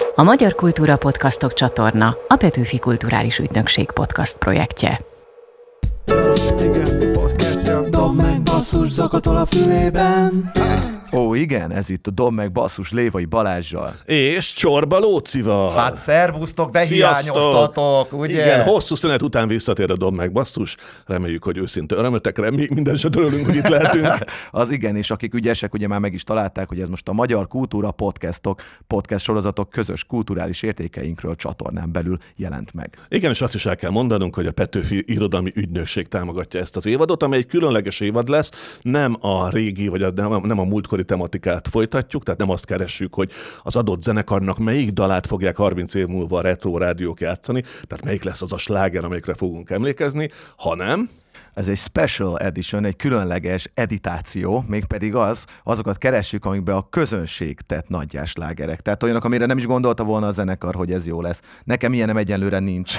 A Magyar Kultúra Podcastok csatorna a Petőfi Kulturális Ügynökség podcast projektje. Igen, podcastja. Dob meg basszus zakatol a fülében. Ó, igen, ez itt a Dob meg basszus Lévai Balázssal. És Csorba Lócival. Hát szervusztok, de Sziasztok! hiányoztatok, ugye? Igen, hosszú szünet után visszatér a Dob meg basszus. Reméljük, hogy őszinte örömötekre, mi minden se örülünk, hogy itt lehetünk. Az igen, és akik ügyesek, ugye már meg is találták, hogy ez most a Magyar Kultúra podcast sorozatok közös kulturális értékeinkről csatornán belül jelent meg. Igen, és azt is el kell mondanunk, hogy a Petőfi Irodalmi Ügynökség támogatja ezt az évadot, amely egy különleges évad lesz, nem a régi, vagy nem a múltkori tematikát folytatjuk, tehát nem azt keressük, hogy az adott zenekarnak melyik dalát fogják 30 év múlva a retro rádiók játszani, tehát melyik lesz az a sláger, amelyikre fogunk emlékezni, hanem... Ez egy special edition, egy különleges editáció, mégpedig azokat keressük, amikben a közönség tett nagyjás slágerek. Tehát olyanok, amire nem is gondolta volna a zenekar, hogy ez jó lesz. Nekem ilyenem egyenlőre nincs.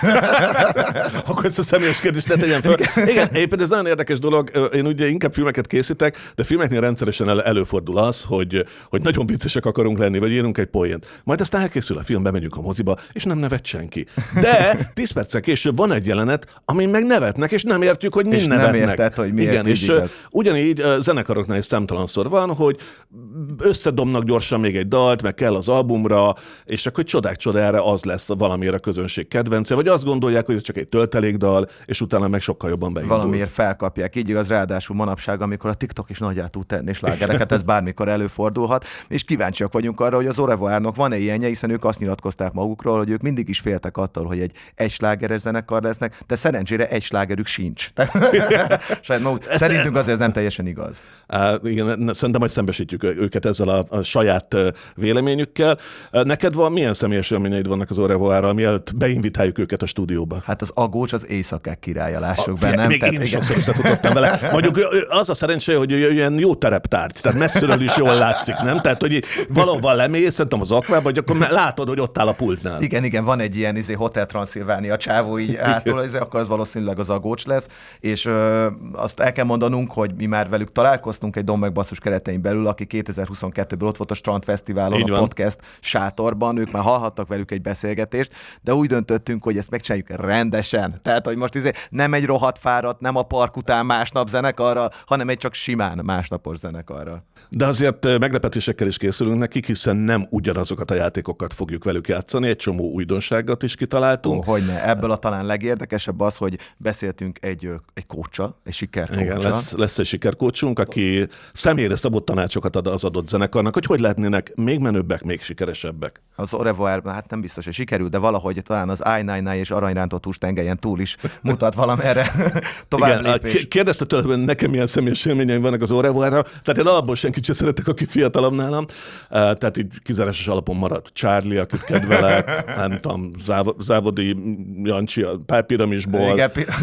Akkor ezt a személyes kérdést ne tegyen fel. Igen, éppen ez nagyon érdekes dolog. Én ugye inkább filmeket készítek, de filmeknél rendszeresen előfordul az, hogy nagyon viccesek akarunk lenni, vagy írunk egy poént. Majd aztán elkészül a film, bemegyünk a moziba, és nem nevet senki. De 10 perccel később van egy jelenet, amin meg nevetnek, és nem értjük, hogy és nem érted, hogy miért. Igen, és igaz. ugyanígy zenekaroknál is számtalanszor van, hogy összedobnak gyorsan még egy dalt, meg kell az albumra, és akkor csodák csodára az lesz valamiért a közönség kedvence, vagy azt gondolják, hogy ez csak egy töltelékdal, és utána meg sokkal jobban beindul. Valamiért felkapják. Így igaz, ráadásul manapság, amikor a TikTok is nagyjá tud tenni slágereket, ez bármikor előfordulhat, és kíváncsiak vagyunk arra, hogy az Au revoir-nak van-e ilyenje, hiszen ők azt nyilatkozták magukról, hogy ők mindig is féltek attól, hogy egy slágeres zenekar lesznek, de szerencsére egy slágerük sincs. Szerintünk azért ez nem teljesen igaz. Igen, szerintem majd szembesítjük őket ezzel a saját véleményükkel. Neked milyen személyes élményeid vannak az Au revoir-ral, mielőtt beinvitáljuk őket a stúdióba? Hát az Agócs az éjszakák királya, lássuk be, nem? Még én is sokszor összefutottam vele. Mondjuk az a szerencse, hogy ilyen jó tereptárgy, tehát messziről is jól látszik, nem? Tehát, hogy valahol lemész, szerintem az akvába, vagy akkor látod, hogy ott áll a pultnál. Igen, van egy ilyen Hotel Transzilvánia csávó így átul, akkor az valószínűleg az Agócs lesz, és azt el kell mondanunk, hogy mi már velük találkoztunk egy Dob meg basszus keretein belül, aki 2022-ben ott volt a Strand Fesztiválon, a podcast sátorban, ők már hallhattak velük egy beszélgetést, de úgy döntöttünk, hogy ezt megcsináljuk rendesen. Tehát, hogy most nem egy rohadt fáradt, nem a park után másnap zenekarral, hanem egy csak simán másnapos zenekarral. De azért meglepetésekkel is készülünk nekik, hiszen nem ugyanazokat a játékokat fogjuk velük játszani, egy csomó újdonságot is kitaláltunk. Hogyne, ebből a talán legérdekesebb az, hogy beszéltünk egy coachal, egy sikercoachal. Igen, lesz egy sikercoachunk, aki személyre szabott tanácsokat ad az adott zenekarnak, hogy lehetnének még menőbbek, még sikeresebbek. Az Au revoir, hát nem biztos, hogy sikerül, de valahogy talán az I-9 és aranyrántotús tengelyen túl is mutat valamerre tovább lépés. Kérdezte tőle, hogy nekem milyen személyes élményeim vannak az Au revoir-ra, tehát én alapból senkit sem szeretek, aki fiatalabb nálam, tehát így kizárásos alapon maradt Charlie, akit kedvelek, nem tudom, Závodi Jancsi, a Pálpiramisból.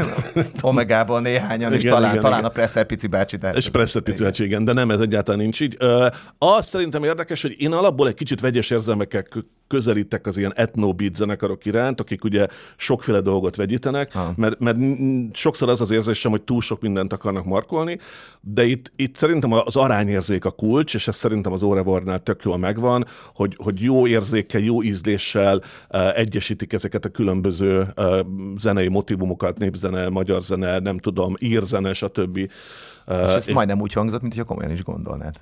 Omegából néhányan, és talán a Presser Pici bácsi. És Presser Pici bácsi, igen, de nem, ez egyáltalán nincs így. Az szerintem érdekes, hogy én alapból egy kicsit vegyes érzelmekkel közelítek az ilyen etno-beat zenekarok iránt, akik ugye sokféle dolgot vegyítenek, mert sokszor az érzésem, hogy túl sok mindent akarnak markolni, de itt szerintem az arányérzék a kulcs, és ez szerintem az Au revoir-nál tök jól megvan, hogy jó érzékkel, jó ízléssel egyesítik ezeket a különböző zenei motivumokat, népzene, magyar zene, nem tudom, írzene, stb. És ez majdnem úgy hangzott, mint hogyha komolyan is gondolnád.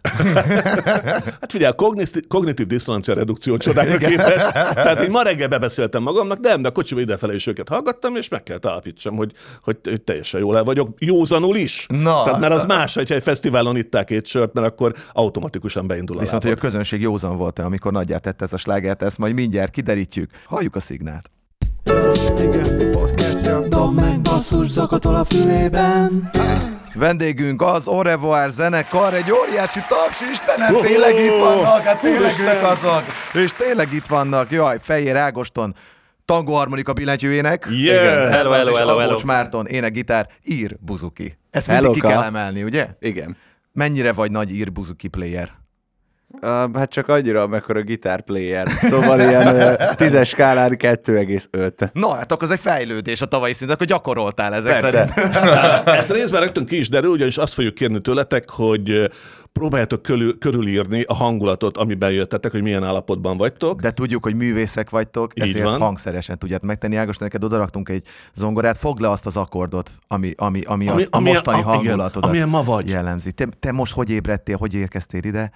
Hát figyelj, kognitív diszonancia redukció csodákra képes. Tehát én ma reggel bebeszéltem magamnak, de a kocsiba idefele is őket hallgattam, és meg kell állapítsam, hogy teljesen jól el vagyok. Józanul is. Tehát mert az más, hogyha egy fesztiválon itták 2 sört, mert akkor automatikusan beindul a Viszont, hogy a közönség józan volt-e, amikor nagyját tette ez a slágert, ezt majd mindjárt kiderítjük. Halljuk a szignált. Igen, podcastja. Dob meg basszus zakatol a fülében. Vendégünk az Au revoir zenekar, egy óriási taps, Istenem, tényleg itt vannak, hát tényleg ők azok, és tényleg itt vannak, jaj, Fejér Ágoston, tangóharmonika billentyűjének, Hello. Agócs Márton, ének, gitár, Ír Buzuki. Ezt mindig ki kell emelni, ugye? Igen. Mennyire vagy nagy Ír Buzuki player? Hát csak annyira, mekkora gitárplayer. Szóval ilyen 10-es skálán 2,5. Na, hát akkor ez egy fejlődés a tavalyi szinten, akkor gyakoroltál ezek Persze. szerint. Ez részben rögtön ki is derül, ugyanis azt fogjuk kérni tőletek, hogy próbáljátok körülírni a hangulatot, amiben jöttetek, hogy milyen állapotban vagytok. De tudjuk, hogy művészek vagytok, Így ezért van. hangszeresen tudjátok megtenni. Ágoston, neked odaraktunk egy zongorát, fogd le azt az akkordot, ami a mostani hangulatodat igen, amilyen ma vagy. jellemzi. Te most hogy ébredtél, hogy érkeztél ide?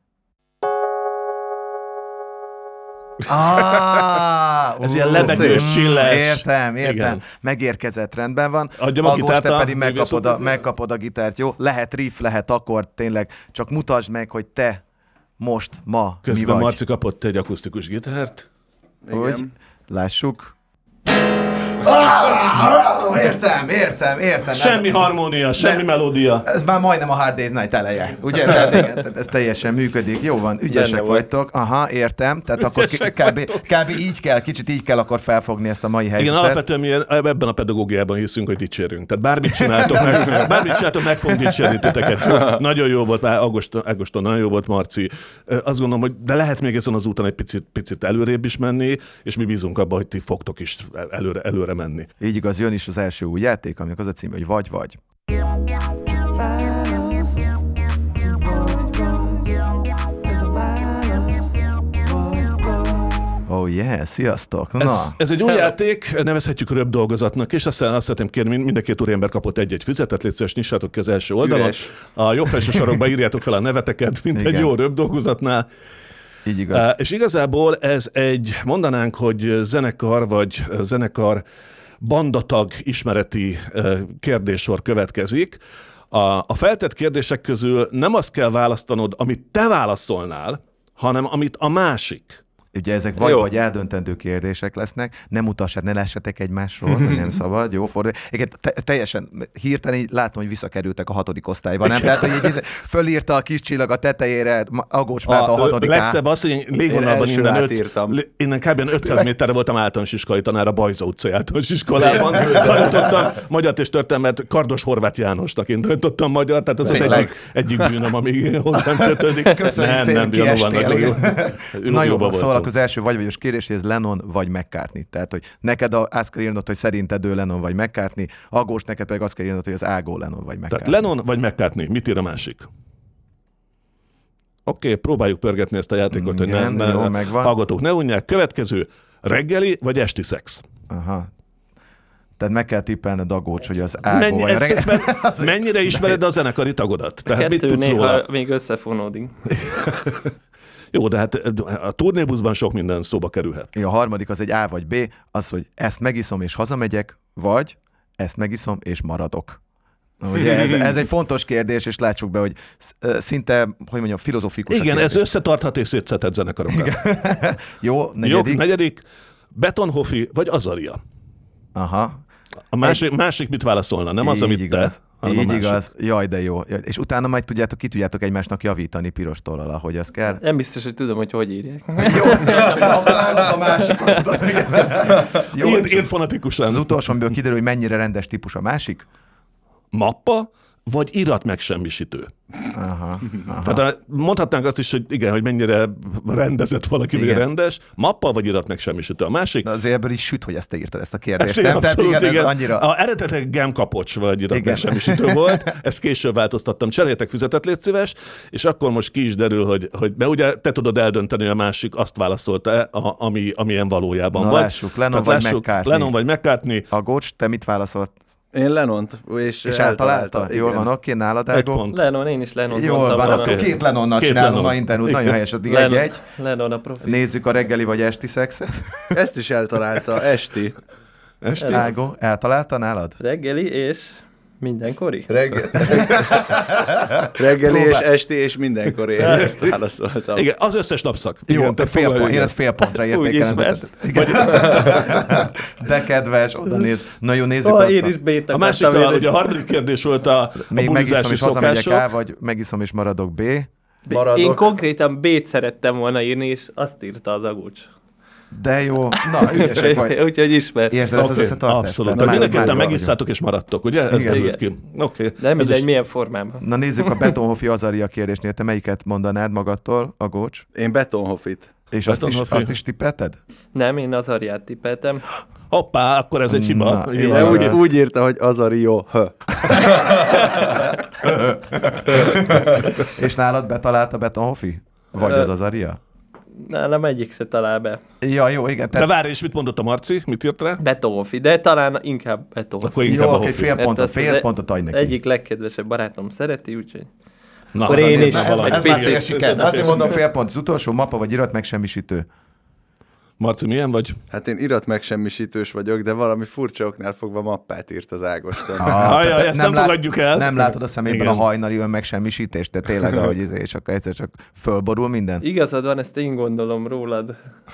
Ez ilyen lebegős, csilles. Értem. Igen. Megérkezett, rendben van. Adjam a Agós, gitárt te a pedig művészúthoz. megkapod a gitárt, jó? Lehet riff, lehet akkord, tényleg. Csak mutasd meg, hogy te most, ma mi Közben vagy. Marci kapott egy akusztikus gitárt. Úgy, lássuk. Értem. Semmi harmónia, semmi melódia. Ez már majdnem a Hard Day's Night eleje, ugye? Tehát, igen, tehát ez teljesen működik. Jó van, ügyesek Benne volt. vagytok. Aha, értem. Tehát akkor kb. Kicsit így kell akkor felfogni ezt a mai Igen, helyzetet. alapvetően mi ebben a pedagógiában hiszünk, hogy dicsérünk. Tehát bármit csináltok, meg fogunk dicsérni titeket. Nagyon jó volt, Ágoston nagyon jó volt, Marci. Azt gondolom, hogy de lehet még ezen az úton egy picit előrébb is menni, és mi bízunk abban, hogy ti fogtok is előre menni. Így igaz, jön is az első új játék, aminek az a cím, hogy vagy. Oh yeah, sziasztok! Na, Ez egy új játék, nevezhetjük röbb dolgozatnak, és azt szeretném kérni, mind a két úriember kapott egy füzetet, légy szíves, nyissátok ki az első oldalon. Üres. A jobb felső sarokba írjátok fel a neveteket, mint egy Igen. jó röbb dolgozatnál. így igaz. És igazából ez mondanánk, hogy zenekar bandatag ismereti kérdéssor következik. A feltett kérdések közül nem azt kell választanod, amit te válaszolnál, hanem amit a másik. Ugye ezek Jó. vagy eldöntendő kérdések lesznek, nem mutassad, ne lessetek egymásról, nem szabad, jó fordul. Teljesen hirtelen így látom, hogy visszakerültek a 6. osztályba, nem? Tehát, hogy így fölírta a kis csillag a tetejére Agócs Márta a 6. legszebb az, hogy én légvonalban első átírtam. innen kb. 500 méterre voltam általános iskolai tanár a Bajza utcai általános iskolában. Tanítottam magyart és történelmet, Kardos Horváth Jánosnak én tanítottam magyar, tehát az egyik bűnöm, ami hozzám kötődik. Köszönjük szépen, kiestél. Na jó, szóval voltunk. akkor az első vagy-vagyos kérdés, hogy ez Lennon vagy McCartney. Tehát, hogy neked azt kell írnod, hogy szerinted ő Lennon vagy McCartney, Agós, neked pedig azt kell írnod, hogy az Ágó Lennon vagy McCartney. Tehát Lennon vagy McCartney, mit ír a másik? Oké, próbáljuk pörgetni ezt a játékot, hogy Igen, jó, ne megvan. hallgatók ne unják. Következő, reggeli vagy esti szex? Aha. Tehát meg kell tippelned Agócs, hogy az Ágó vagy Mennyire ismered a zenekari tagodat? Tehát mit Kettő tudsz néha róla? még összefonódik. Jó, de hát a turnébuszban sok minden szóba kerülhet. A harmadik az egy A vagy B, az, hogy ezt megiszom és hazamegyek, vagy ezt megiszom és maradok. Ugye ez egy fontos kérdés, és látsuk be, hogy szinte, hogy mondjam, filozófikus. Igen, ez összetarthat és szétszedhet zenekarokat. Jó, negyedik. Jó, negyedik. Betonhoffi vagy Azaria? Aha. A másik mit válaszolna? Nem az, Így amit igaz. te, hanem a Így másik. igaz. Jaj, de jó. És utána majd ki tudjátok egymásnak javítani piros tollal, ahogy az kell. Nem biztos, hogy tudom, hogy írják. Jó, a másikot. Jó, Írd fonetikusan. az utolsó, amiből kiderül, hogy mennyire rendes típus a másik. Mappa vagy irat megsemmisítő? Aha. Tehát mondhatnánk azt is, hogy igen, hogy mennyire rendezett valaki, vagy Igen. rendes. Mappa vagy irat megsemmisítő? A másik? Na azért ebből is süt, hogy ezt te írtad ezt a kérdést. Igen, Nem? Tehát abszolút, igen, ez annyira... A eredetileg gemkapocs vagy irat Igen. megsemmisítő volt, ezt később változtattam. Cseréljetek füzetet, légy szíves, és akkor most ki is derül, hogy de ugye te tudod eldönteni, hogy a másik azt válaszolta, amilyen valójában Na vagy. lássuk, Lennon Tehát vagy McCartney. Lennon vagy McCartney. Agócs, te mit válaszolt? Én Lennont, és eltalálta? Jól van, oké, nálad, Egy Ágó? pont. Lennon, én is Lennon Jól mondtam van, volna. akkor két Lennonnal Két csinálom Lennon. ma internet, nagyon helyes, addig egy-egy. Lennon a profi. Nézzük a reggeli vagy esti szexet. Ezt is eltalálta, esti. Esti. Ágó, eltalálta nálad? Reggeli és mindenkori. Reggeli és esti és mindenkor én ezt válaszoltam. Igen, az összes napszak. Jó, Igen, te fél pont, én ezt fél pontra értékelem. ismersz. De kedves, oda néz. Na jó, nézzük Én is azt. B-t A másik, ugye a harmadik kérdés volt a Még megiszom bulizási és hazamegyek szokások. A, vagy megiszom és maradok B. Én konkrétan B-t szerettem volna írni, és azt írta az Agócs. De jó, na, ügyesek vagy. Úgyhogy ismer. Érzed ezt az összetartást? Abszolút. Tehát Tehát mind a már ketten jól megisszátok és maradtok, ugye? Ez Igen. derült ki. Oké. Nem mindegy, milyen formában. vagyunk. Na nézzük a Betonhoffi Azaria kérdésnél. Te melyiket mondanád magadtól, a Gócs? Én Betonhoffit. És Betonhoffi. azt is tippelted? Nem, én Azariát tippeltem. Hoppá, akkor ez egy hiba. Na, Jó, De igen. úgy, ez- úgy írta, hogy Azario. És nálad betalált a Betonhoffi? Vagy az Azaria? Nálam egyik se talál be. Ja, jó, igen. De Tehát, várj, és mit mondott a Marci? Mit írt rá? Betonhofi, de talán inkább Betonhofi. Akkor jó, inkább a oké, Hoffi. fél pontot adj neki. Egyik legkedvesebb barátom szereti, úgyhogy... Na, Akkor én is. na, Ez, valami. ez Egy már picit. siker. Azért mondom fél pont. Az utolsó mappa vagy irat megsemmisítő. Marci, milyen vagy? Hát én irat megsemmisítős vagyok, de valami furcsa oknál fogva mappát írt az Ágoston. Ajaj, tehát ezt nem fogadjuk el. Nem látod a szemében Igen. a hajnali önmegsemmisítést, te tényleg, ahogy és akkor egyszer csak fölborul minden. Igazad van, ezt én gondolom rólad.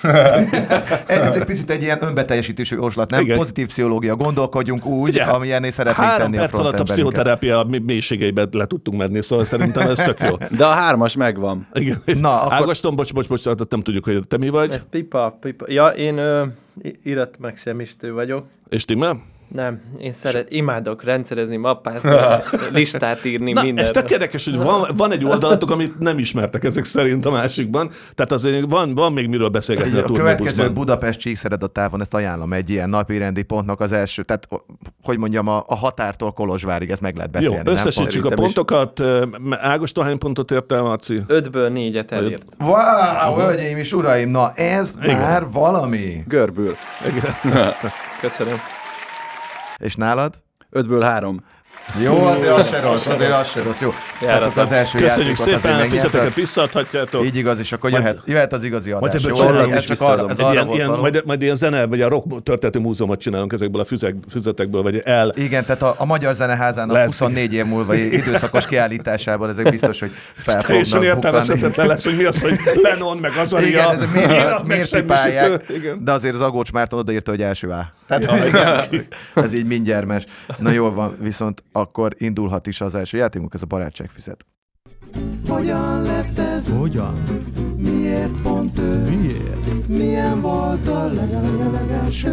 Ez egy picit egy ilyen önbeteljesítésű oslat, nem? Igen. Pozitív pszichológia, gondolkodjunk úgy, Figyelj, amilyenné szeretnénk 3 tenni a perc alatt a frontemberünket. pszichoterápia mélységeiben le tudtunk menni, szóval szerintem ez tök jó. De a 3-as megvan. Igen. Na, akkor- Ágoston, bocs, nem tudjuk, hogy te mi vagy. Ez pipa. Ja, én irat megsemmisítő vagyok. És ti már? Nem, én imádok rendszerezni, mappázni, listát írni, Na, minden. ez tök érdekes, hogy van egy oldalatok, amit nem ismertek ezek szerint a másikban, tehát azért van még miről beszélgetni A a következő turnébuszban. Budapest Csíkszereda távon, ezt ajánlom egy ilyen napirendi pontnak az első, tehát hogy mondjam, a határtól Kolozsvárig ezt meg lehet Jó, beszélni. nem? összesítsük a Szerintem is. pontokat. Ágoston hány pontot ért el, Marci? 5-ből 4-et elért. Wow, hölgyeim és uraim, na ez Igen. már valami. Görbül. Köszönöm. És nálad? 5-ből 3. Jó, azért az se rossz, jó. Tehát akkor az első Köszönjük játékot azért szépen, megnyerted. fizeteket visszaadhatjátok. Így igaz, és akkor jöhet az igazi Majd adás. ebből Jó, csinálunk ez is csak arra, ez arra volt való. majd ilyen zene, vagy a rock történetű múzeumot csinálunk ezekből a füzetekből, vagy Igen, tehát a Magyar Zeneházának Lehet. 24 év múlva időszakos kiállításában ezek biztos, hogy fel teljesen fognak bukkanni. értelmezhetetlen lesz, hogy mi az, hogy Lennon, meg Azaria. Igen, ez miért megsemmisítő. pipálják, Igen. de azért az Agócs Márton odaírta, hogy első A. Tehát ez így mindjárt. Na jól van, viszont akkor indulhat is az első játékunk, ez a barátságfüzet. Hogyan lett ez? Hogyan? Miért pont ő? Miért? Milyen volt a legelső?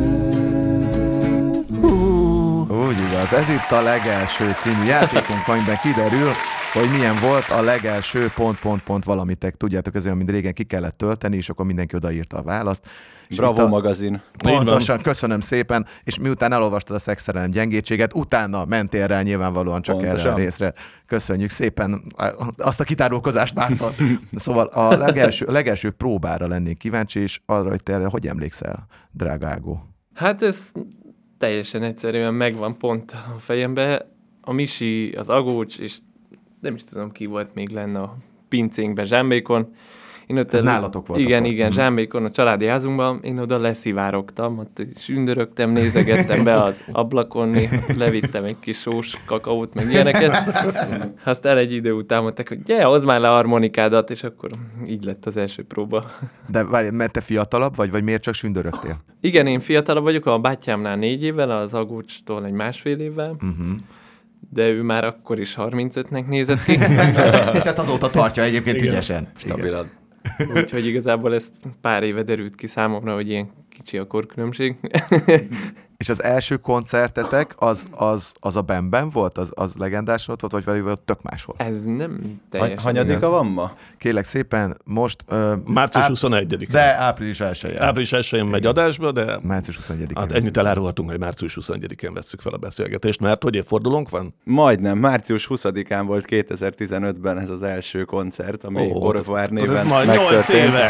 Úgy igaz, ez itt a legelső című játékunk, amiben kiderül, hogy milyen volt a legelső pont valamitek. Tudjátok, ez olyan, mint régen ki kellett tölteni, és akkor mindenki odaírta a választ. És itt Bravo a- magazin. Pontosan, köszönöm szépen, és miután elolvastad a szexszerelem gyengétségét, utána mentél rá nyilvánvalóan csak Pontosan. erre a részre. Köszönjük szépen azt a kitárulkozást, Márton. Szóval a legelső próbára lennék kíváncsi, és arra, hogy te erre hogy emlékszel, drága Ágó? Hát ez teljesen egyszerűen megvan pont a fejembe. A Misi, az Agócs, és nem is tudom, ki volt még lenne a pincénkben, Zsámbékon. Én ott Ez nálatok volt Igen, akkor. igen, Zsámbékon, a családi házunkban. Én oda leszivárogtam, ott sündörögtem, nézegettem be az ablakon, levittem egy kis sós kakaót, meg ilyeneket. Aztán egy idő után mondták, hogy gyere, hozd már le a harmonikádat, és akkor így lett az első próba. De várj, mert te fiatalabb vagy miért csak sündörögtél? Igen, én fiatalabb vagyok, a bátyámnál 4 évvel, az Agócstól egy 1,5 évvel, de ő már akkor is 35-nek nézett ki, És ezt azóta tartja egyébként Igen. ügyesen. Igen. Stabilad. úgyhogy igazából ezt pár éve derült ki számomra, hogy ilyen kicsi a korkülönbség. És az első koncertetek az a Ben-ben volt? Az legendás volt, vagy valami tök más volt? Ez nem teljesen. Hanyadika van ma? Kérlek szépen, most... Március 21-én. De április 1-én. Április 1-én megy adásba, de Március 21-én. hát ennyit elárulhatunk, hogy március 21-én vesszük fel a beszélgetést, mert hogy évfordulónk van? Majdnem. Március 20-án volt 2015-ben ez az első koncert, ami Ó, Au revoir néven ez majd 8 megtörtént. éve.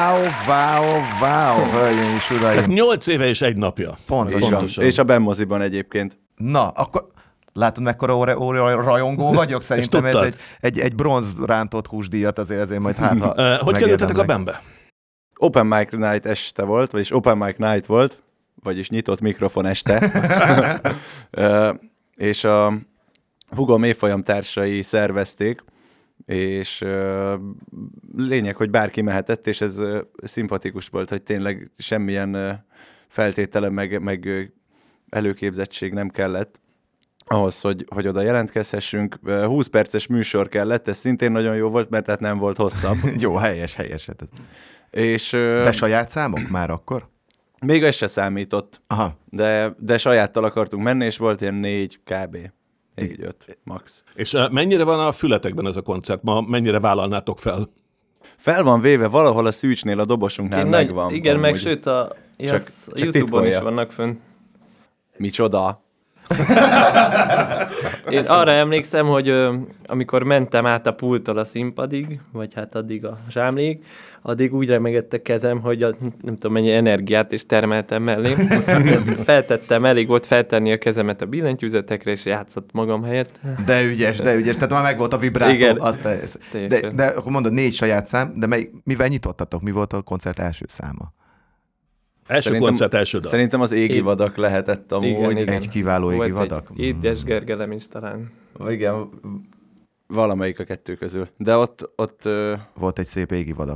Wow, hölgyeim és Tehát uraim. 8 éve és egy napja. Pontosan. Pontosan. És a Benmoziban egyébként. Na, akkor látod, mekkora rajongó vagyok? Szerintem ez tudtad? egy bronz rántott húsdíjat azért majd hát, ha Hogy megérdemlek. kerültetek a Ben-be? Open Mic Night este volt, vagyis Open Mic Night volt, vagyis nyitott mikrofon este. És a hugom évfolyam társai szervezték, és lényeg, hogy bárki mehetett, és ez szimpatikus volt, hogy tényleg semmilyen feltétele meg előképzettség nem kellett ahhoz, hogy oda jelentkezhessünk. 20 perces műsor kellett, ez szintén nagyon jó volt, mert tehát nem volt hosszabb. Jó, helyes. Hát És, De saját számok már akkor? még ez se számított, Aha. de sajáttal akartunk menni, és volt ilyen 4 kb. 4-5 max. És mennyire van a fületekben ez a koncert? Ma mennyire vállalnátok fel? Fel van véve valahol a Szűcsnél, a dobosunknál megvan. Igen, meg amúgy. sőt a Csak YouTube-on titkolja. is vannak fönn. Micsoda? Én arra emlékszem, hogy amikor mentem át a pulttól a színpadig, vagy hát addig a zsámlék, addig úgy remegett a kezem, hogy nem tudom mennyi energiát is termeltem mellé. Feltettem, elég volt feltenni a kezemet a billentyűzetekre, és játszott magam helyett. De ügyes. Tehát már megvolt a vibrátó. Igen. De akkor mondod 4 saját szám, de mivel nyitottatok? Mi volt a koncert első száma? Első koncert, első dal. Szerintem az Égi Vadak lehetett amúgy. Igen. Egy kiváló égi vadak? Édes Gergelem is talán. Igen, valamelyik a kettő közül. De ott Volt egy szép égi vadak.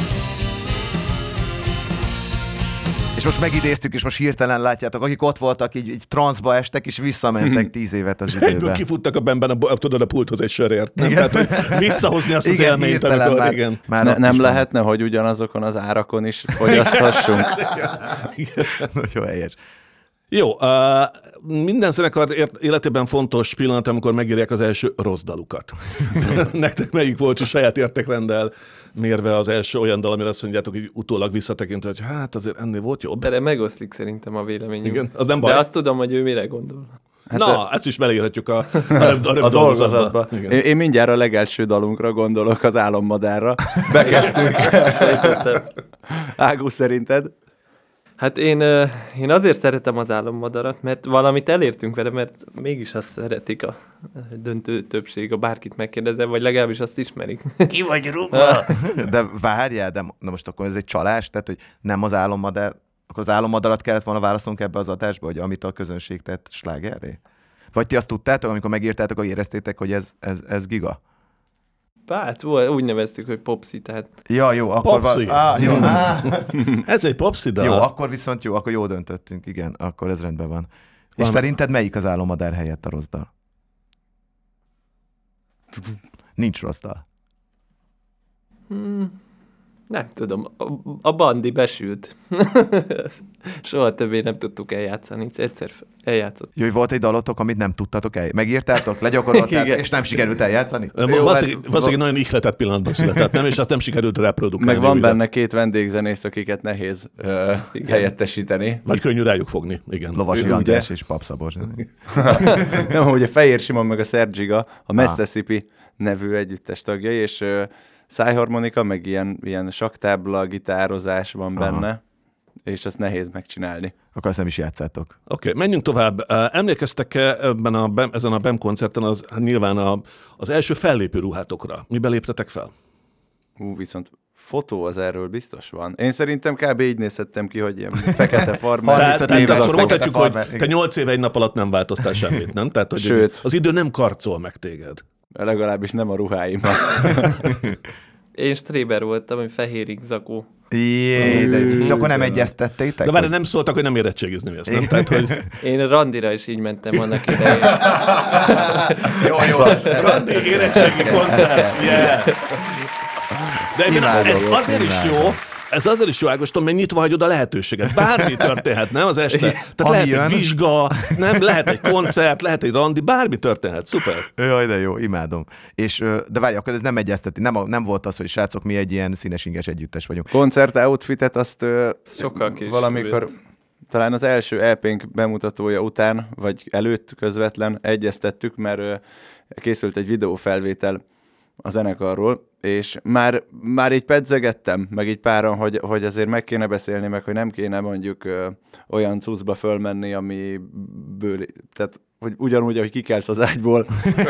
És most megidéztük, és most hirtelen látjátok, akik ott voltak, így transzba estek, és visszamentek 10 évet az Egyből időben. kifuttak a benben a pulthoz egy sörért. Nem? Tehát, hogy visszahozni azt az Igen, élményt, hirtelen amikor... már- igen. már ott nem is van. lehetne, hogy ugyanazokon az árakon is fogyaszthassunk. Nagyon helyes. Jó, minden zenekar életében fontos pillanat, amikor megírják az első rossz dalukat. Nektek melyik volt, és saját értékrenddel mérve az első olyan dal, amire azt mondjátok, hogy utólag visszatekintve, hogy hát azért ennél volt jobb. De megoszlik szerintem a véleményünk. Igen, az nem baj. De azt tudom, hogy ő mire gondol. Na, ezt is beleírhatjuk a A dolgozatba. Igen. Én mindjárt a legelső dalunkra gondolok, az Álommadárra. Bekezdtük. Águs, szerinted? Hát én azért szeretem az álommadarat, mert valamit elértünk vele, mert mégis azt szeretik a döntő többség, a bárkit megkérdezze, vagy legalábbis azt ismerik. Ki vagy rúgva? De várjál, de na most akkor ez egy csalás, tehát hogy nem az álommadár, akkor az álommadarat kellett volna válaszolnunk ebbe az adásba, hogy amit a közönség tett slágerré? Vagy ti azt tudtátok, amikor megírtátok, hogy éreztétek, hogy ez giga? Hát úgy neveztük, hogy popsi, tehát Ja, jó, akkor Popsi. jó, Ez egy popsi dal. jó, akkor viszont jó, akkor jól döntöttünk, igen, akkor ez rendben van. És Van. szerinted melyik az álommadár helyett a rossz dal? Nincs rossz dal. nem tudom, a bandi besült. Soha többé nem tudtuk eljátszani, egyszer eljátszott. Jó, hogy volt egy dalotok, amit nem tudtatok megírtátok, legyakoroltátok, Igen. és nem sikerült eljátszani? Valószínűleg nagyon ihletett pillanatban született, nem? És azt nem sikerült reprodukálni. Meg van újra. benne 2 vendégzenész, akiket nehéz helyettesíteni. Vagy könnyű rájuk fogni, igen. Lovasi Ugye? András és Pap Szabos. Nem, hogy a Fehér Simon meg a Sergiga, a Mississippi nevű együttes tagjai, és szájharmonika, meg ilyen saktábla, gitározás van benne, és azt nehéz megcsinálni. Akkor azt nem is játszátok. Oké, menjünk tovább. Emlékeztek-e ezen a BEM koncerten nyilván az első fellépő ruhátokra? Miben léptetek fel? Viszont fotó az erről biztos van. Én szerintem kb. Így nézhettem ki, hogy ilyen fekete farmer. 35 Tehát éves akkor fekete mondhatjuk, hogy farmer, te igen. 8 éve egy nap alatt nem változtál semmit, nem? Tehát, hogy Sőt. az idő nem karcol meg téged. Legalábbis nem a ruháimmal. Én stréber voltam, hogy fehérig zakó. Jé, de akkor nem egyeztettétek? De várj, hogy- nem szóltak, hogy nem érettségizni ezt, nem? Tehát, hogy Én randira is így mentem annak idején. Jó, Randi, érettségi koncert, yeah. De Imádom, ez azért is imádom. jó, ez azért is jó, Ágoston, mert nyitva hagyod a lehetőséget. Bármi történhet, nem az este? Tehát Ami lehet jön. egy vizsga, nem, lehet egy koncert, lehet egy randi, bármi történhet, szuper. Jaj, de jó, imádom. És, de várj, akkor ez nem egyezteti, nem volt az, hogy srácok, mi egy ilyen színesinges együttes vagyunk. Koncert outfitet azt Sokkal később valamikor, jött. talán az első EP-nk bemutatója után, vagy előtt közvetlen egyeztettük, mert készült egy videófelvétel a zenekarról, és már így pedzegettem, meg így páran, hogy azért meg kéne beszélni, meg hogy nem kéne mondjuk olyan cuccba fölmenni, amiből, tehát hogy ugyanúgy, ahogy kikelsz az ágyból.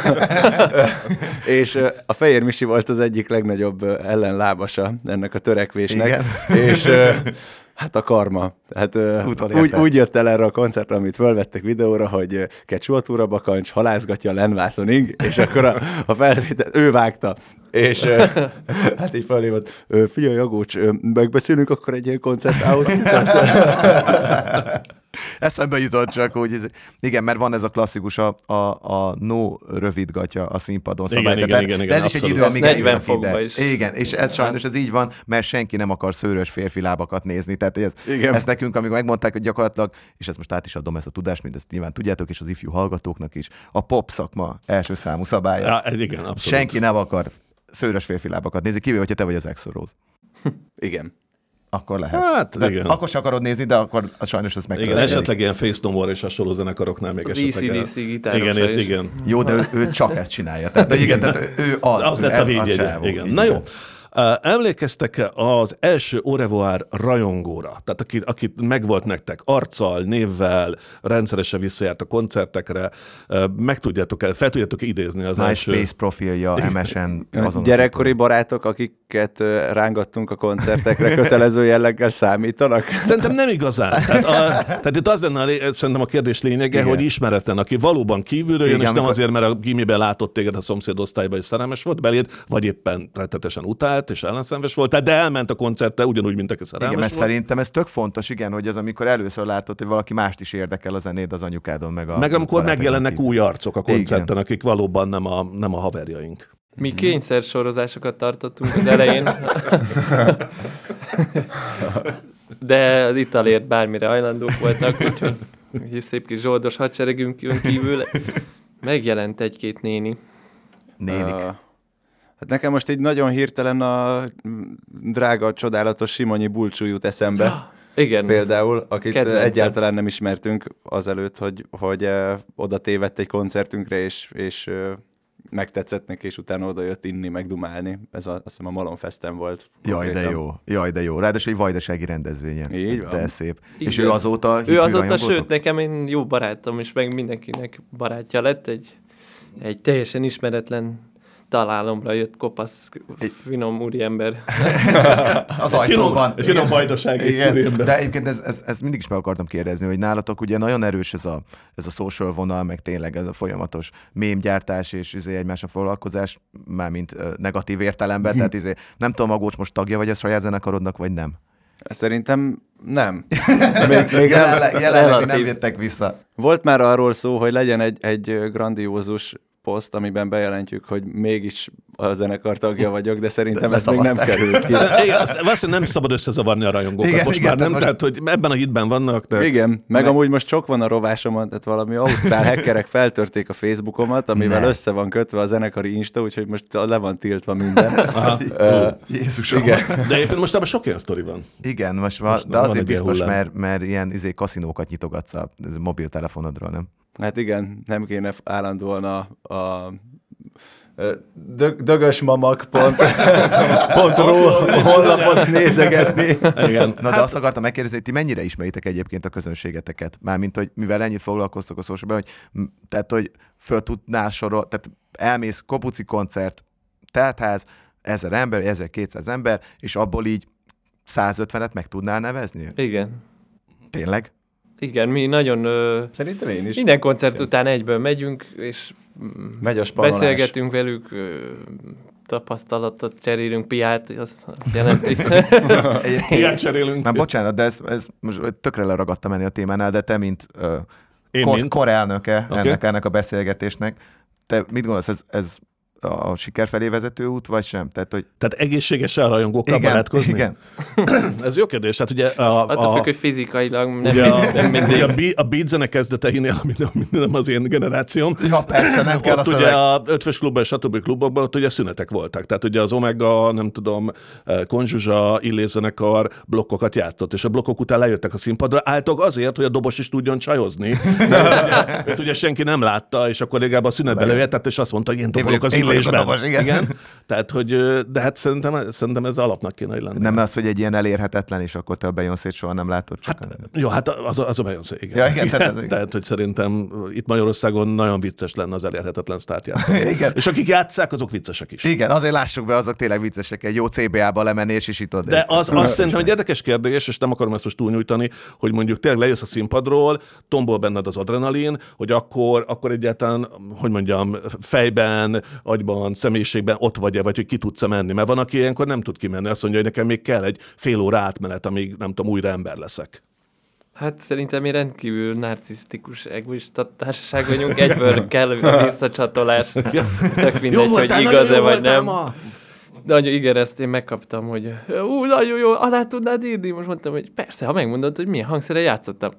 És a Fehér Misi volt az egyik legnagyobb ellenlábasa ennek a törekvésnek. Igen. És hát a karma. Tehát úgy jött el erre a koncertre, amit fölvettek videóra, hogy Kecsúatúra bakancs, halászgatja Lenvászonig, és akkor a felvétel, ő vágta. És hát így felhívott, figyelj, Agócs, megbeszélünk akkor egy ilyen koncert Eszembe jutott csak, hogy igen, mert van ez a klasszikus, a no rövidgatya a színpadon szabály. Igen, de ez is egy idő, Ez amíg 40 fokba is. Igen, és ez sajnos ez így van, mert senki nem akar szőrös férfi lábakat nézni. Tehát ez nekünk, amikor megmondták, hogy gyakorlatilag, és ezt most át is adom ezt a tudást, mint ezt nyilván tudjátok, és az ifjú hallgatóknak is, a pop szakma első számú szabálya. Ja, igen, abszolút. Senki nem akar szőrös férfi lábakat nézni, kivéve, hogyha te vagy az Exo-Rose. Igen. Akkor lehet. Hát, igen. Akkor sem akarod nézni, de akkor sajnos ezt meg Igen, esetleg ilyen Face No More és hasonló zenekaroknál még Az esetleg. AC/DC gitáros. Igen, és igen. Jó, de ő csak ezt csinálja. Tehát, igen, tehát ő Az lett a védjegye. Igen. Na jó. Emlékeztek-e az első Au revoir rajongóra? Tehát akit megvolt nektek arccal, névvel, rendszeresen visszajárt a koncertekre, fel tudjátok idézni az első... MySpace profilja, MSN azonosító. Gyerekkori barátok, akiket rángattunk a koncertekre, kötelező jelleggel számítanak? Szerintem nem igazán. Tehát itt az lenne szerintem a kérdés lényege, hogy ismeretlen, aki valóban kívülről jön, és nem azért, mert a gimiben látott téged a szomszédosztályban, és szerelmes volt beléd, vagy éppen rettetesen utált, és ellenszenves volt, de elment a koncertre ugyanúgy, mint aki szerelmes igen, mert volt. szerintem ez tök fontos, igen, hogy az, amikor először látod, hogy valaki mást is érdekel a zenéd az anyukádon, meg amikor megjelennek kívül. új arcok a koncerten, akik valóban nem a haverjaink. Mi kényszersorozásokat tartottunk az elején, de az italért bármire hajlandók voltak, úgyhogy szép kis zsoldos hadseregünkön kívül megjelent egy-két néni. Nénik. Hát nekem most így nagyon hirtelen a drága, csodálatos Simonyi Bulcsú jut eszembe. Igen. Például, akit Kedvencem. egyáltalán nem ismertünk azelőtt, hogy oda tévedt egy koncertünkre, és megtetszett neki, és utána oda jött inni, megdumálni. Ez azt hiszem a Malomfesten volt. Jaj, de jó. Ráadásul egy vajdasági rendezvényen. Így van. De szép. Igen. És ő azóta Sőt, nekem én jó barátom, és meg mindenkinek barátja lett. Egy teljesen ismeretlen találomra jött kopasz, finom úriember. Az ajtóban. Finom vajdasági úriember. De egyébként ez mindig is meg akartam kérdezni, hogy nálatok ugye nagyon erős ez a social vonal, meg tényleg ez a folyamatos mémgyártás és egymásra foglalkozás, mármint negatív értelemben, tehát nem tudom, Agócs most tagja vagy a saját zenekarodnak, vagy nem? Szerintem nem. Még jelenleg nem jöttek vissza. Volt már arról szó, hogy legyen egy grandiózus poszt, amiben bejelentjük, hogy mégis a zenekar tagja vagyok, de szerintem ez még nem került ki. Igen, azt nem szabad összezavarni a rajongókat most már, nem? Tehát, hogy ebben a hitben vannak. De... Igen, meg amúgy most sok van a rovásomon, tehát valami ausztrál hackerek feltörték a Facebookomat, amivel össze van kötve a zenekari Insta, úgyhogy most le van tiltva minden. Jézusom. Igen. De éppen most sok ilyen sztori van. Igen, most de azért biztos, mert ilyen kaszinókat nyitogatsz a mobiltelefonodról, nem? Hát igen, nem kéne állandóan a dögösmamak.ru honlapot nézegetni. Igen. Na, de azt akartam megkérdezni, hogy ti mennyire ismeritek egyébként a közönségeteket? Mármint, hogy mivel ennyit foglalkoztok a socialban, hogy föl tudnál sorolni, tehát elmész Kopuci koncert, teltház, 1000 ember, 1200 ember, és abból így 150-et meg tudnál nevezni? Igen. Tényleg? Igen, mi nagyon... Szerintem én is. Minden koncert után egyből megyünk, és megy a spanolás. Beszélgetünk velük, tapasztalatot cserélünk, piát, azt jelenti. Piát cserélünk. Már bocsánat, de ez most tökre leragadtam ennél a témánál, de te, mint mint korelnöke ennek a beszélgetésnek, te mit gondolsz, ez a siker felé vezető út, vagy sem? Tehát egészségesen a rajongókkal barátkozni? Igen. Ez jó kérdés. Tehát ugye attól függ, hogy fizikailag nem mindig. A beat zene kezdeteinél, nem az én generációm. Ja, persze, nem kell a szöveg. Ugye a Ötvös klubban és stb. Klubokban ott ugye szünetek voltak. Tehát ugye az Omega, nem tudom, Konzsuzsa, Illés zenekar blokkokat játszott, és a blokkok után lejöttek a színpadra. Álltok azért, hogy a dobos is tudjon csajozni. Mert ugye senki nem látta, és akkor legalább a szünetbe lejöhetett, és azt mondta, hogy én dobolok az Illésben. Igen. Tehát, hogy, de hát szerintem ez alapnak kéne, hogy lenni. Nem az, hogy egy ilyen elérhetetlen, és akkor te a Beyoncé-t soha nem látod. Csak jó, hát az a Beyoncé, igen. Ja, igen, tehát, hogy szerintem itt Magyarországon nagyon vicces lenne az elérhetetlen sztárt játszani. Igen. És akik játsszák, azok viccesek is. Igen, azért lássuk be, azok tényleg viccesek. Egy jó CBA-ba lemenni, és is itt ott. De az szerintem egy érdekes kérdés, és nem akarom ezt most túlnyújtani, hogy mondjuk tényleg lejössz a színpadról, tombol benned az adrenalin, hogy akkor egyáltalán, hogy mondjam, fejben, agyban, személyiségben ott vagy-e, vagy hogy ki tudsz menni. Mert van, aki ilyenkor nem tud kimenni, azt mondja, hogy nekem még kell egy fél óra átmenet, amíg nem tudom, újra ember leszek. Hát szerintem mi rendkívül narcisztikus, egoista társaság vagyunk, egyből kell visszacsatolás. Tök mindegy, hogy igaz-e vagy nem. De igen, ezt én megkaptam, hogy nagyon jó, alá tudnád írni? Most mondtam, hogy persze, ha megmondod, hogy milyen hangszerrel játszottam.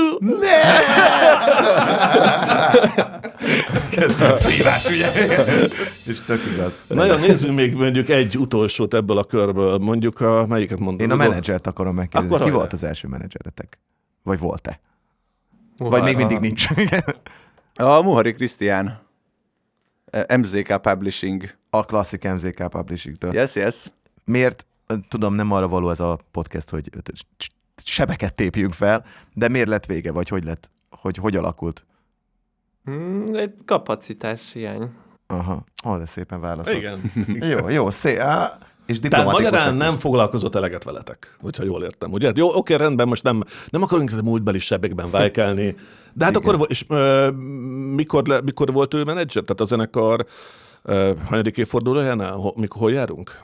Szívás, ugye? És tök igaz. Nagyon nézzünk még mondjuk egy utolsót ebből a körből. Mondjuk melyiket mondod? Én a menedzsert akarom megkérdezni. Akkor Ki hajrá. volt az első menedzseretek? Vagy volt-e? Vagy még mindig nincs. A Muhari Krisztián. MZK Publishing. A klasszik MZK Publishing-től. Yes. Miért, tudom, nem arra való ez a podcast, hogy sebeket tépjünk fel, de miért lett vége, vagy hogy lett, hogy alakult? Egy kapacitás hiány. Aha, de szépen válaszolt. Igen. Jó, és Tehát diplomatikusak magyarán is. nem foglalkozott eleget veletek, hogyha jól értem. Ugye? Jó, oké, rendben, most nem akarunk a múltbeli sebekben vájkálni. De hát Igen. akkor, és mikor volt ő menedzser? Tehát a zenekar hanyadik évfordulójánál? Hol járunk?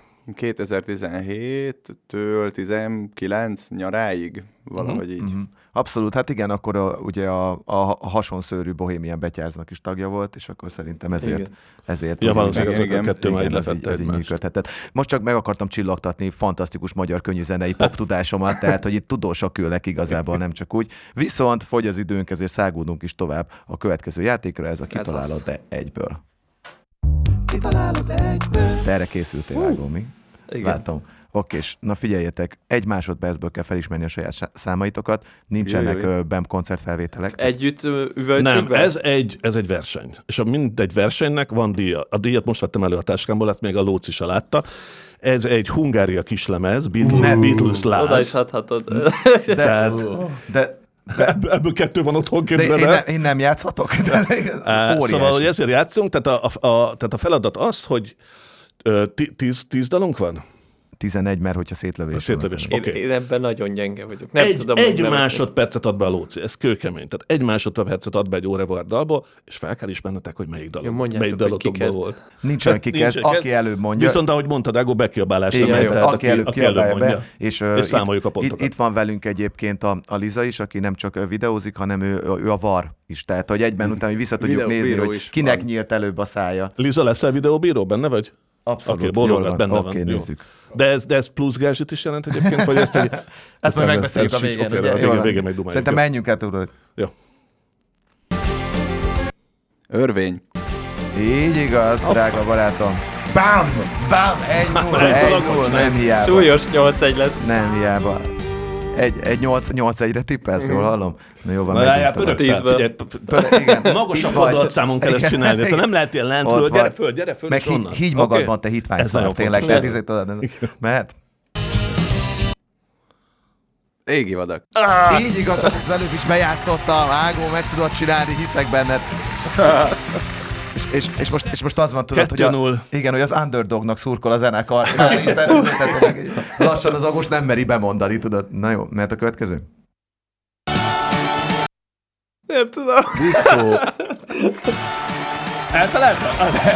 2017-től 19 nyaráig, valahogy így. Abszolút, hát igen, akkor ugye a hasonszőrű Bohemian Betyárznak is tagja volt, és akkor szerintem ezért Ja, valószínűleg igen, a kettő már így ez lefette így egymást. működhetett. Most csak meg akartam csillogtatni fantasztikus magyar könnyűzenei pop tudásomat, tehát hogy itt tudósok ülnek igazából, nem csak úgy. Viszont fogy az időnk, ezért szágódunk is tovább a következő játékra, ez a kitalálod de egyből. Kitalálod egyből. Te erre készültél, Ágó, mi? Igen. Látom. Okés, na figyeljetek, 1 másodpercből kell felismerni a saját számaitokat, nincsenek Jó. BEM koncertfelvételek. Együtt üvöltsük Nem, be? ez egy verseny. És mindegy versenynek van díja. A díjat most vettem elő a táskámból, ezt még a Lóci se látta. Ez egy Hungária kislemez, Beatles Oda Láz. is adhatod. De Ebből 2 van otthon, De képzeld el. én nem játszhatok? Óriási. Szóval, hogy ezért játszunk, tehát a feladat az, hogy 10 dalunk van? 11, mert hogyha szétlövés. A szétlövés. van. Oké. Én ebben nagyon gyenge vagyok. Nem Egy tudom, hogy nem másodpercet ad be a Lóci, ez kőkemény. Tehát 1 másodpercet ad be egy Au revoir dalból, és fel kell ismernetek, hogy melyik Jó, dalok, mondjátok, melyik hogy ki dalotokból kezd. volt. Nincs olyan kikezd, Nincs, aki előbb mondja. Viszont ahogy mondtad, Ágó, bekiabálásra Igen, megy, jó, tehát aki előbb kiabálja mondja. be, és számoljuk a pontokat. Itt van velünk egyébként a Liza is, aki nem csak videózik, hanem ő a VAR is. Tehát, hogy egyben után hogy vissza tudjuk nézni, Videóbíró hogy is kinek van. nyílt előbb a szája. Liza, leszel videóbíró, benne vagy? Abszolút, Oké, jól bólogat, van. benne van. Oké, Jó. nézzük. De ez plusz gázsit is jelent egyébként, vagy ezt egy... Ezt majd megbeszéljük a végén, ugye? A Jól van. végén meg dumáljuk. Szerintem Jó. menjünk át, urat. Jó. Örvény. Így igaz, drága barátom. Bam! 1-0, nem hiába. Súlyos 8-1 lesz. Nem hiába. Egy 8-1-re tippelsz, jól hallom? Na jó van, Na, megyünk jár, tovább. pörög fel, figyelj. Igen, Magasabb itt vagy. fordulatszámon kell ezt Igen, csinálni. igen. Szóval nem lehet ilyen lentről. Ott Gyere föl, Meg és onnan. higgy Oké? magadban, te Ez hitványszar, nagyon tényleg. fontos. Tehát tudod, mehet? Égi vadak. Így igaz, hát az előbb is bejátszottam, Ágó, meg tudod csinálni, hiszek benned. És most az van, tudod, hogy 2-0. igen, hogy az underdognak szurkol a zenekar. Lassan az Agos nem meri bemondani, tudod. Na jó, mehet a következő? Nem tudom. Diszkó. Eltalálta?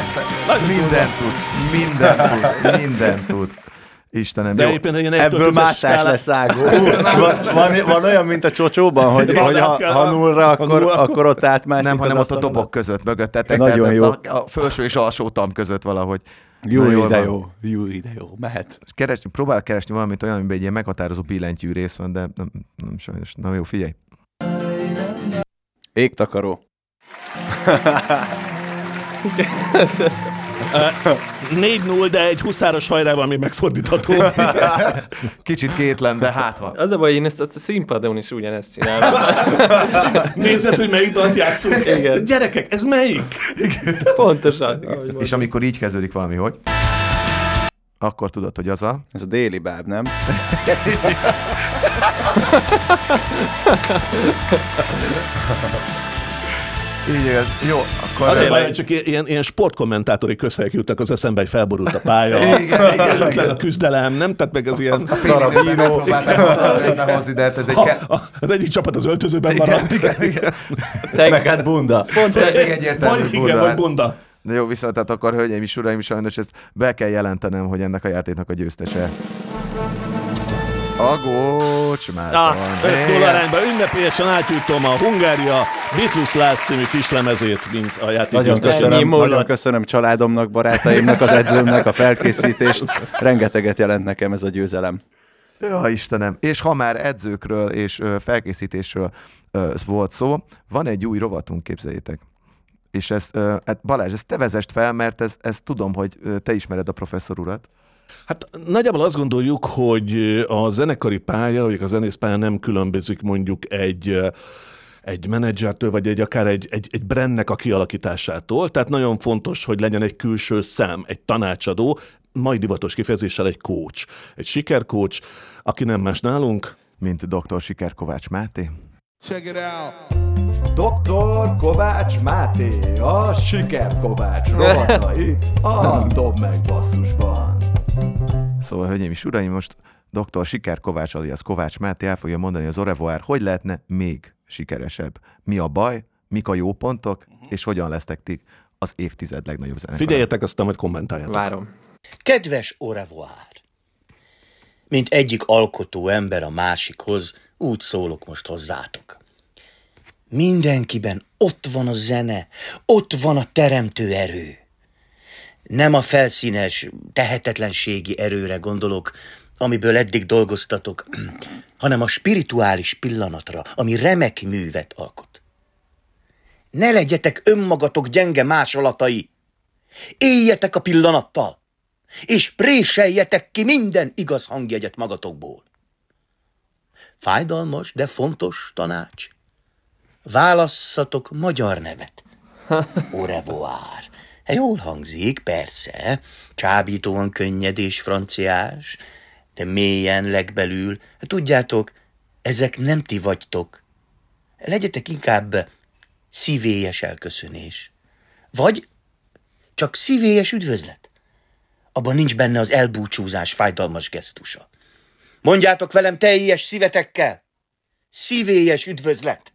Mindent tud. Istenem, De jó. éppen egy ilyen 1-től Ebből 10-es mászás skálán- lesz, Ágó. Van olyan, mint a csocsóban, hogy ha nullra, akkor ott átmászik. Nem, hanem az ott a asztalon. dobok között mögöttetek. Nagyon tehát jó. A felső és alsó tam között valahogy. Na, Jó, jól de van. jó, mehet. Próbál keresni valamit olyan, amiben egy ilyen meghatározó billentyű rész van, de nem sajnos. Na jó, figyelj. Égtakaró. 4-0, de egy huszáros hajrával még megfordítható. Kicsit kétlen, de hát van. Az a baj, én ezt a színpadon is ugyanezt csinálom. Nézed, hogy melyik dalt játszunk. Igen. Gyerekek, ez melyik? Pontosan. És amikor így kezdődik valami, hogy? Akkor tudod, hogy az a... Ez a déli báb, nem? Így igaz. Jó, akkor... Azért baj, csak ilyen sportkommentátori közhelyek jutnak az eszembe, hogy felborult a pálya, igen, a küzdelem, nem? Tehát meg az ilyen... Szarabíró. Megpróbáltam hozni, de hát ez egy... Az egyik csapat az öltözőben maradt. Igen. Meg hát bunda. Pont még egyértelmű Vagy igen, vagy bunda. bunda. De jó, viszont tehát akkor, hölgyeim és uraim, sajnos ezt be kell jelentenem, hogy ennek a játéknak a győztese. Agócs már. $5 arányban ünnepélyesen átjutom a Hungária Beatles Last című kislemezét, mint a játék. Nagyon köszönöm családomnak, barátaimnak, az edzőmnek a felkészítést. Rengeteget jelent nekem ez a győzelem. Ja, Istenem. És ha már edzőkről és felkészítésről volt szó, van egy új rovatunk, képzeljétek. És hát Balázs, ezt te vezest fel, mert ezt tudom, hogy te ismered a professzor urat. Hát nagyjából azt gondoljuk, hogy a zenekari pálya, vagy a zenészpálya nem különbözik mondjuk egy menedzsertől, vagy akár egy brandnek a kialakításától. Tehát nagyon fontos, hogy legyen egy külső szem, egy tanácsadó, majd divatos kifejezéssel egy coach, egy sikercoach, aki nem más nálunk, mint dr. Siker Kovács Máté. Check it out. Dr. Kovács Máté, a Siker Kovács rovata itt, a Dob meg basszusban. Szóval, hölgyeim és uraim, most dr. Siker Kovács alias Kovács Máté el fogja mondani az au revoir, hogy lehetne még sikeresebb. Mi a baj, mik a jó pontok, és hogyan lesztek ti az évtized legnagyobb zenekar. Figyeljetek, aztán majd kommentáljátok. Várom. Kedves au revoir! Mint egyik alkotó ember a másikhoz, úgy szólok most hozzátok. Mindenkiben ott van a zene, ott van a teremtő erő. Nem a felszínes, tehetetlenségi erőre gondolok, amiből eddig dolgoztatok, hanem a spirituális pillanatra, ami remek művet alkot. Ne legyetek önmagatok gyenge másolatai, éljetek a pillanattal, és préseljetek ki minden igaz hangjegyet magatokból. Fájdalmas, de fontos tanács. Válasszatok magyar nevet. Au revoir. Jól hangzik, persze, csábítóan könnyed és franciás, de mélyen legbelül, tudjátok, ezek nem ti vagytok. Legyetek inkább szívélyes elköszönés. Vagy csak szívélyes üdvözlet. Abban nincs benne az elbúcsúzás fájdalmas gesztusa. Mondjátok velem teljes szívetekkel. Szívélyes üdvözlet.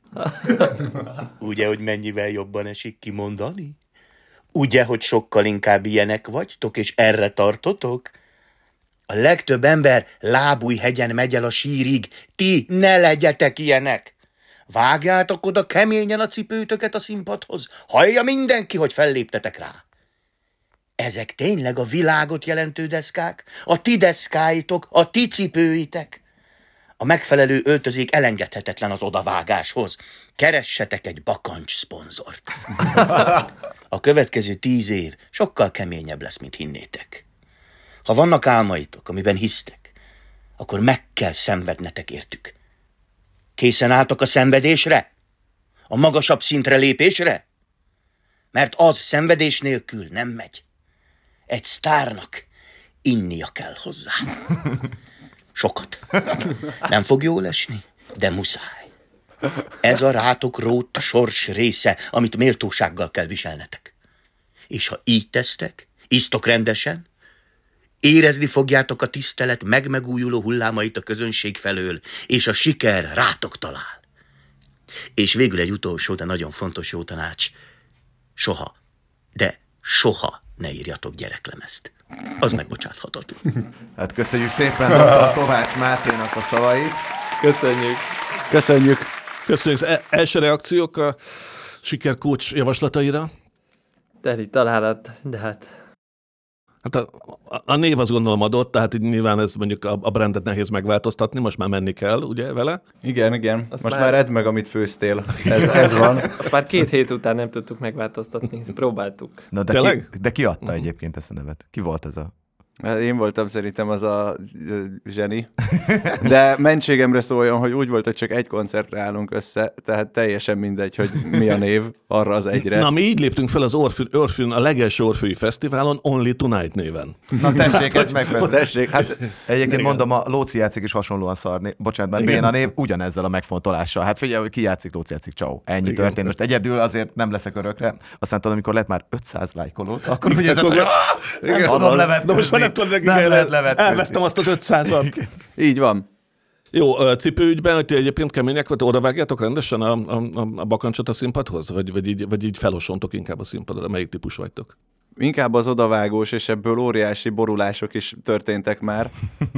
Ugye, hogy mennyivel jobban esik kimondani? Ugye, hogy sokkal inkább ilyenek vagytok, és erre tartotok? A legtöbb ember lábújhegyen megy el a sírig. Ti ne legyetek ilyenek. Vágjátok oda keményen a cipőtöket a színpadhoz. Hallja mindenki, hogy felléptetek rá. Ezek tényleg a világot jelentő deszkák? A ti deszkáitok, a ti cipőitek? A megfelelő öltözék elengedhetetlen az odavágáshoz. Keressetek egy bakancs szponzort. A következő 10 év sokkal keményebb lesz, mint hinnétek. Ha vannak álmaitok, amiben hisztek, akkor meg kell szenvednetek értük. Készen álltok a szenvedésre? A magasabb szintre lépésre? Mert az szenvedés nélkül nem megy. Egy sztárnak innia kell hozzá. Sokat. Nem fog jól esni, de muszáj. Ez a rátok rótt sors része, amit méltósággal kell viselnetek. És ha így tesztek, isztok rendesen, érezni fogjátok a tisztelet megmegújuló hullámait a közönség felől, és a siker rátok talál. És végül egy utolsó, de nagyon fontos jó tanács. Soha, de soha ne írjatok gyereklemezt. Az megbocsáthatatlan. Hát köszönjük szépen dr. Kovács Máténak a szavait. Köszönjük. Köszönjük. Köszönjük. Első reakciók a sikercoach javaslataira? Teli találat, de hát... Hát a név azt gondolom adott, tehát így nyilván ez mondjuk a brandet nehéz megváltoztatni, most már menni kell, ugye, vele? Igen. Most már edd meg, amit főztél. Ez van. Azt már 2 hét után nem tudtuk megváltoztatni, próbáltuk. Na, de ki adta egyébként ezt a nevet? Ki volt ez a... Én voltam szerintem az a zseni. De mentségemre szóljon, hogy úgy volt, hogy csak egy koncertre állunk össze, tehát teljesen mindegy, hogy mi a név arra az egyre. Na, mi így léptünk fel az Orfűn, a legelső Orfűi Fesztiválon Only Tonight néven. Na tessék, ez megfelelő. Tessék, hát... Egyébként mondom, a Lóci játszik is hasonlóan szarni. Bocsánat, mert béna név ugyanezzel a megfontolással. Hát figyelj, ki játszik, Lóci játszik, ciao. Ennyi igen. Történt. Most egyedül azért nem leszek örökre. Aztán tudom, amikor lett már 500 lájkolót, akkor úgy érzed, hogy nem tudom levetni. Nem lehet levetni. Elvesztem azt az 500-at. Így van. Jó, cipőügyben, hogy ti egyébként kemények vagy, odavágjátok rendesen a bakancsot a színpadhoz? Vagy így felosontok inkább a színpadra? Melyik típus vagytok? Inkább az odavágós, és ebből óriási borulások is történtek már.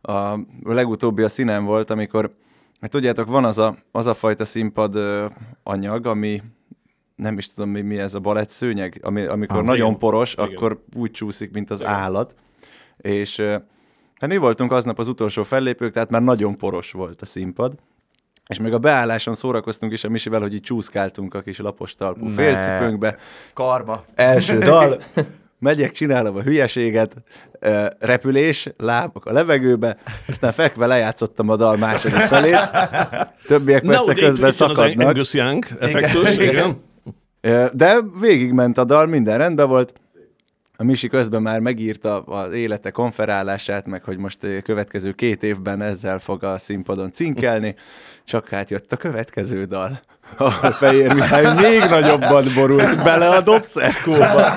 A legutóbbi a színen volt, amikor, hát tudjátok, van az a fajta színpad anyag, ami nem is tudom, mi ez a balettszőnyeg, amikor nagyon igen, poros, igen. Akkor úgy csúszik, mint az igen. állat. És hát mi voltunk aznap az utolsó fellépők, tehát már nagyon poros volt a színpad. És még a beálláson szórakoztunk is a Misivel, hogy így csúszkáltunk a kis lapos talpú félcipőnkbe. Karba. Első dal. Megyek, csinálom a hülyeséget, repülés, lábak a levegőbe, aztán fekve lejátszottam a dal második felét. Többiek persze közben szakadnak. Az Angus Young effektus, igen. De végigment a dal, minden rendben volt. A Misi közben már megírta az élete konferálását, meg hogy most a következő 2 évben ezzel fog a színpadon cinkelni, csak hát jött a következő dal, ahol Fejér Mihály még nagyobban borult bele a dobszerkóba.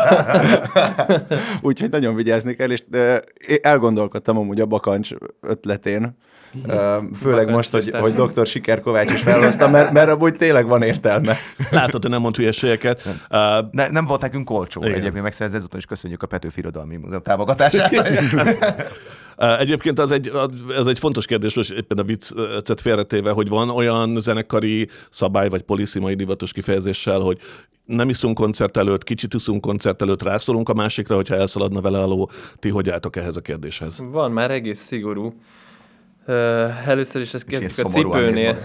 Úgyhogy nagyon vigyázni kell, és elgondolkodtam amúgy a bakancs ötletén, főleg most, hogy Dr. Siker Kovács is felhozta, mert amúgy tényleg van értelme. Látod, hogy nem mond hülyeségeket. Nem volt nekünk olcsó. Igen. Egyébként megszerzett, ezúton is köszönjük a Petőfi Irodalmi Múzeum támogatását. Egyébként az egy fontos kérdés, most éppen a viccet félretéve, hogy van olyan zenekari szabály, vagy policy, divatos kifejezéssel, hogy nem iszunk koncert előtt, kicsit iszunk koncert előtt, rászólunk a másikra, hogyha elszaladna vele a ló. Ti hogy álltok ehhez a kérdéshez? Van már egész szigorú. Először is ezt kezdjük a cipőnél.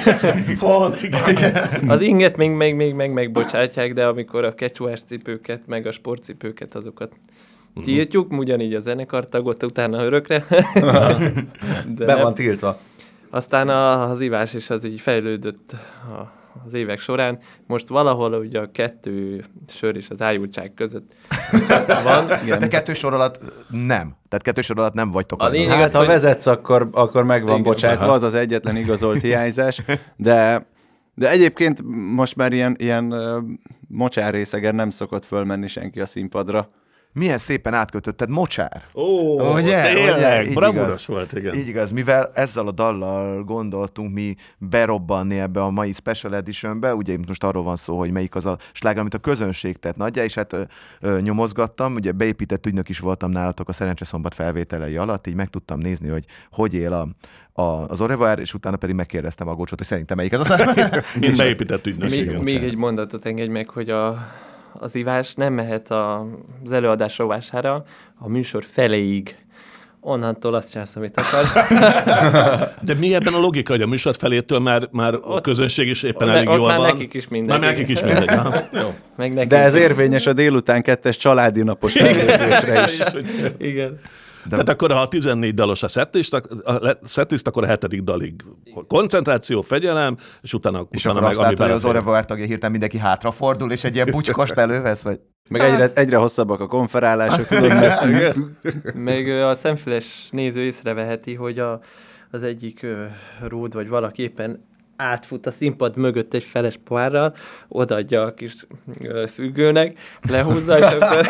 Az inget még megbocsátják, de amikor a kecsúás cipőket, meg a sportcipőket, azokat tiltjuk, ugyanígy a zenekartagot utána örökre. Be van tiltva. Aztán az ivás is az így fejlődött az évek során. Most valahol ugye a 2 sör és az ájultság között van. De 2 sor alatt nem. Tehát 2 sor alatt nem vagytok. Hát, ha vezetsz, akkor meg van bocsátva, az egyetlen igazolt hiányzás. De egyébként most már ilyen mocsárrészegen nem szokott fölmenni senki a színpadra. Milyen szépen átkötötted, mocsár. Tényleg, bravúros volt, igen. Így igaz, mivel ezzel a dallal gondoltunk mi berobbanni ebbe a mai Special Editionbe, ugye most arról van szó, hogy melyik az a sláger, amit a közönség tett nagyjá, és hát nyomozgattam, ugye beépített ügynök is voltam nálatok a Szerencseszombat felvételei alatt, így meg tudtam nézni, hogy él az Au revoir, és utána pedig megkérdeztem a Gócsot, hogy szerintem melyik az a szám. Mint beépített ügynök. Még egy mondatot engedj meg, hogy az ivás nem mehet az előadás rovására a műsor feléig. Onnantól azt csinálsz, amit akarsz. De mi ebben a logika, hogy a műsor felétől már a közönség is éppen elég jól van? Már nekik is mindegy. Már nekik is mindegy. Jó. De ez érvényes a délután 2-es családi napos felvételésre is. Igen. Tehát akkor, ha a 14 dalos a setlist, akkor a 7. dalig koncentráció, fegyelem, és utána akkor azt látod, hogy az Au revoir tagja hirtelen mindenki hátrafordul, és egy ilyen bucskost elővesz, vagy? Meg egyre hosszabbak a konferálások, tudod, mert... Meg a szemfüles néző észreveheti, hogy az egyik ród, vagy valaki éppen átfut a színpad mögött egy feles pohárral, odaadja a kis függőnek, lehúzza, és akkor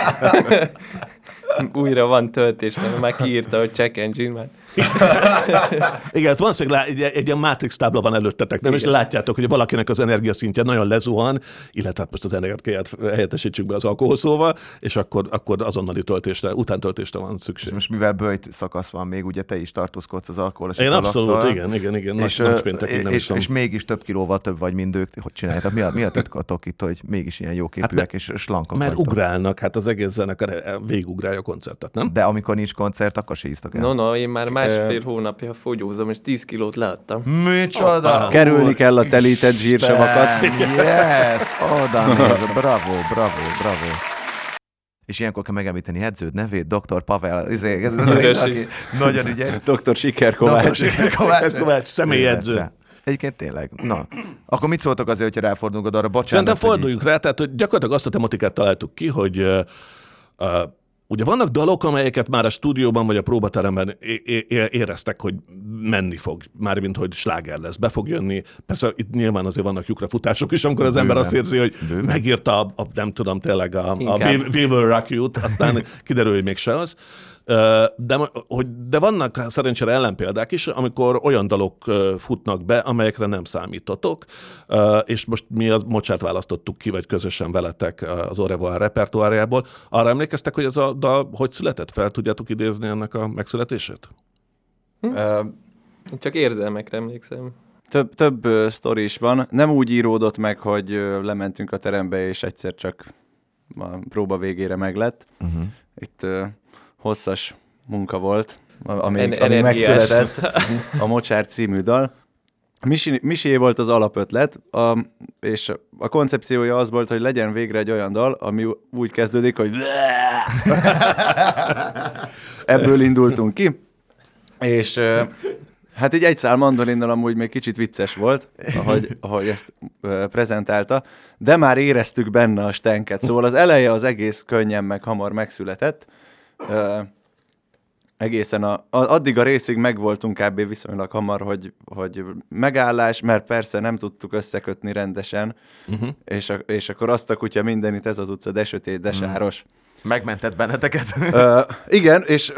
újra van töltés, mert már kiírta, hogy check engine már. Igen, valószínűleg egy ilyen Matrix tábla van előttetek, nem? És látjátok, hogy valakinek az energiaszintje nagyon lezuhan, illetve most az energiát helyettesítsük be az alkoholszóval, és akkor azonnali töltésre, utántöltésre van szükség. És most mivel böjt szakasz van még, ugye te is tartózkodsz az alkoholos italakkal. Én abszolút, igen. És mégis több kilóval több vagy, mint ők. Hogy csináljátok? Mi a titkotok itt, hogy mégis ilyen jóképűek és slankok mert vagytok? ugrálnak, hát az egész zenekar végugrálja a koncertet, nem? De amikor nincs koncert, akkor se isztok el. No, én már másfél hónapja fogyózom, és 10 kilót leadtam. Micsoda! Kerülni kell a telített zsírsavakat. Yes! Oda néz, bravo. És ilyenkor kell megemlíteni edződ nevét, Dr. Pavel, aki nagyon ügyes. Dr. Siker Kovács. Kovács, személyedző. Egyébként tényleg. Na, akkor mit szóltok azért, hogyha ráfordulunk oda arra? Bocsánat. Szerintem forduljunk rá, tehát hogy gyakorlatilag azt a tematikát találtuk ki, hogy ugye vannak dalok, amelyeket már a stúdióban vagy a próbateremben éreztek, hogy menni fog, mármint hogy sláger lesz, be fog jönni. Persze itt nyilván azért vannak lyukrafutások is, amikor az ember azt érzi, hogy megírta nem tudom, tényleg a We Will Rock You-t, aztán kiderül, hogy mégse az. De vannak szerencsére ellenpéldák is, amikor olyan dalok futnak be, amelyekre nem számítotok, és most mi a mocsát választottuk ki, vagy közösen veletek az Au revoir repertoárjából. Arra emlékeztek, hogy ez a dal hogy született? Fel tudjátok idézni ennek a megszületését? Csak érzelmekre emlékszem. Több sztori is van. Nem úgy íródott meg, hogy lementünk a terembe, és egyszer csak a próba végére meglett. Itt hosszas munka volt, ami megszületett a Mocsár című dal. Misié volt az alapötlet, és a koncepciója az volt, hogy legyen végre egy olyan dal, ami úgy kezdődik, hogy ebből indultunk ki, és hát így egy szál mandolinnal amúgy még kicsit vicces volt, ahogy ezt prezentálta, de már éreztük benne a stenket, szóval az eleje az egész könnyen meg hamar megszületett, egészen addig a részig megvoltunk kb. Viszonylag hamar, hogy megállás, mert persze nem tudtuk összekötni rendesen, és akkor azt a kutya mindenit, ez az utca, de sötét, de sáros. Megmentett benneteket. Igen, és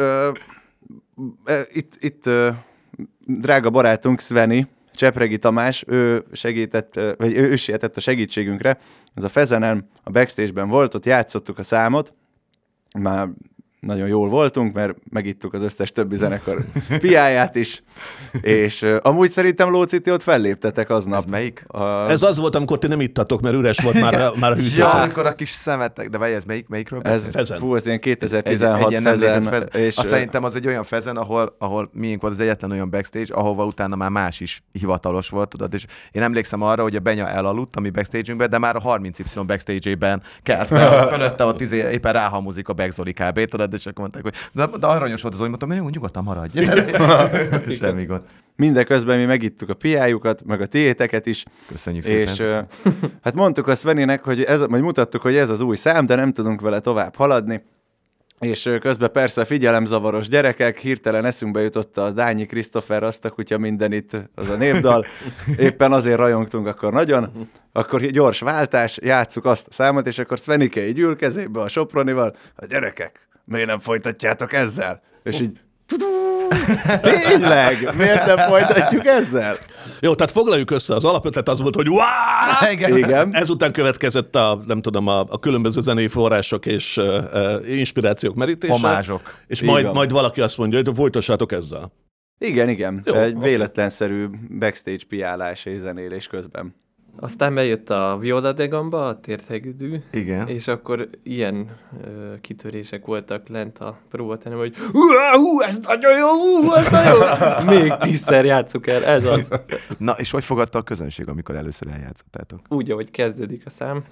itt drága barátunk Sveni, Csepregi Tamás, ő sietett a segítségünkre. Ez a Fezenen, a backstage-ben volt, ott játszottuk a számot, már nagyon jól voltunk, mert megittuk az összes többi zenekar piáját is, és amúgy szerintem Lóci, ti ott felléptetek aznap. Ez melyik? Ez az volt, amikor ti nem ittatok, mert üres volt már a hűtő. Ja, amikor a kis szemetek, de ez melyikről beszélsz? Ez Fezen. Fú, ez ilyen 2016 Fezen. És szerintem az egy olyan Fezen, ahol miénk volt az egyetlen olyan backstage, ahova utána már más is hivatalos volt, tudod, és én emlékszem arra, hogy a Benya elaludt a mi backstage-ünkben, de már a 30Y backstage-ében kelt fel, fölötte ott éppen ráhamuzik a Begzoli kb. Tudod, és akkor mondták, hogy de aranyos volt az, hogy mondtam, hogy nyugodtan maradj. Semmi gond. Mindeközben mi megittuk a piájukat, meg a tiéteket is. Köszönjük szépen. És hát mondtuk a Sveninek, hogy majd mutattuk, hogy ez az új szám, de nem tudunk vele tovább haladni. És közben persze figyelemzavaros gyerekek, hirtelen eszünkbe jutott a Dányi Krisztófer, azt a kutya mindenit, az a névdal. Éppen azért rajongtunk akkor nagyon. Akkor gyors váltás, játsszuk azt a számot, és akkor Svenike így ül kezébe a Sopronival. A gyerekek, miért nem folytatjátok ezzel? És így tényleg? Miért nem folytatjuk ezzel? Jó, tehát foglaljuk össze. Az alapötlet az volt, hogy Igen. Ezután következett a különböző zenei források és inspirációk merítése. Homázsok. És majd valaki azt mondja, hogy folytassátok ezzel. Igen. Jó, egy véletlenszerű backstage piálás és zenélés közben. Aztán bejött a Viola de Gamba, a térthegedű, Igen. és akkor ilyen kitörések voltak lent a próbateremben, hogy ez nagyon jó, ez nagyon jó. Még 10-szer játsszuk el, ez az. Na, és hogy fogadta a közönség, amikor először eljátszottátok? Úgy, ahogy kezdődik a szám.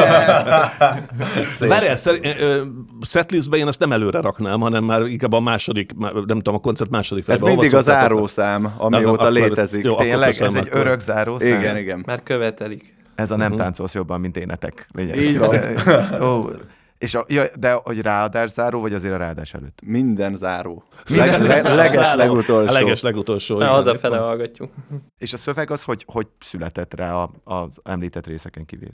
Várjál, setlistben én ezt nem előre raknám, hanem már inkább a második, nem tudom, a koncert második Ez felében. mindig a zárószám, amióta létezik. Jó, tényleg, ez egy örök zárószám? Igen. Már követelik. Ez a nem táncolsz jobban, mint énetek. Így van. És de hogy ráadás záró, vagy azért a ráadás előtt? Minden záró. Leges legutolsó. A leges legutolsó. Hazafele hallgatjuk. És a szöveg az, hogy született rá az említett részeken kívül?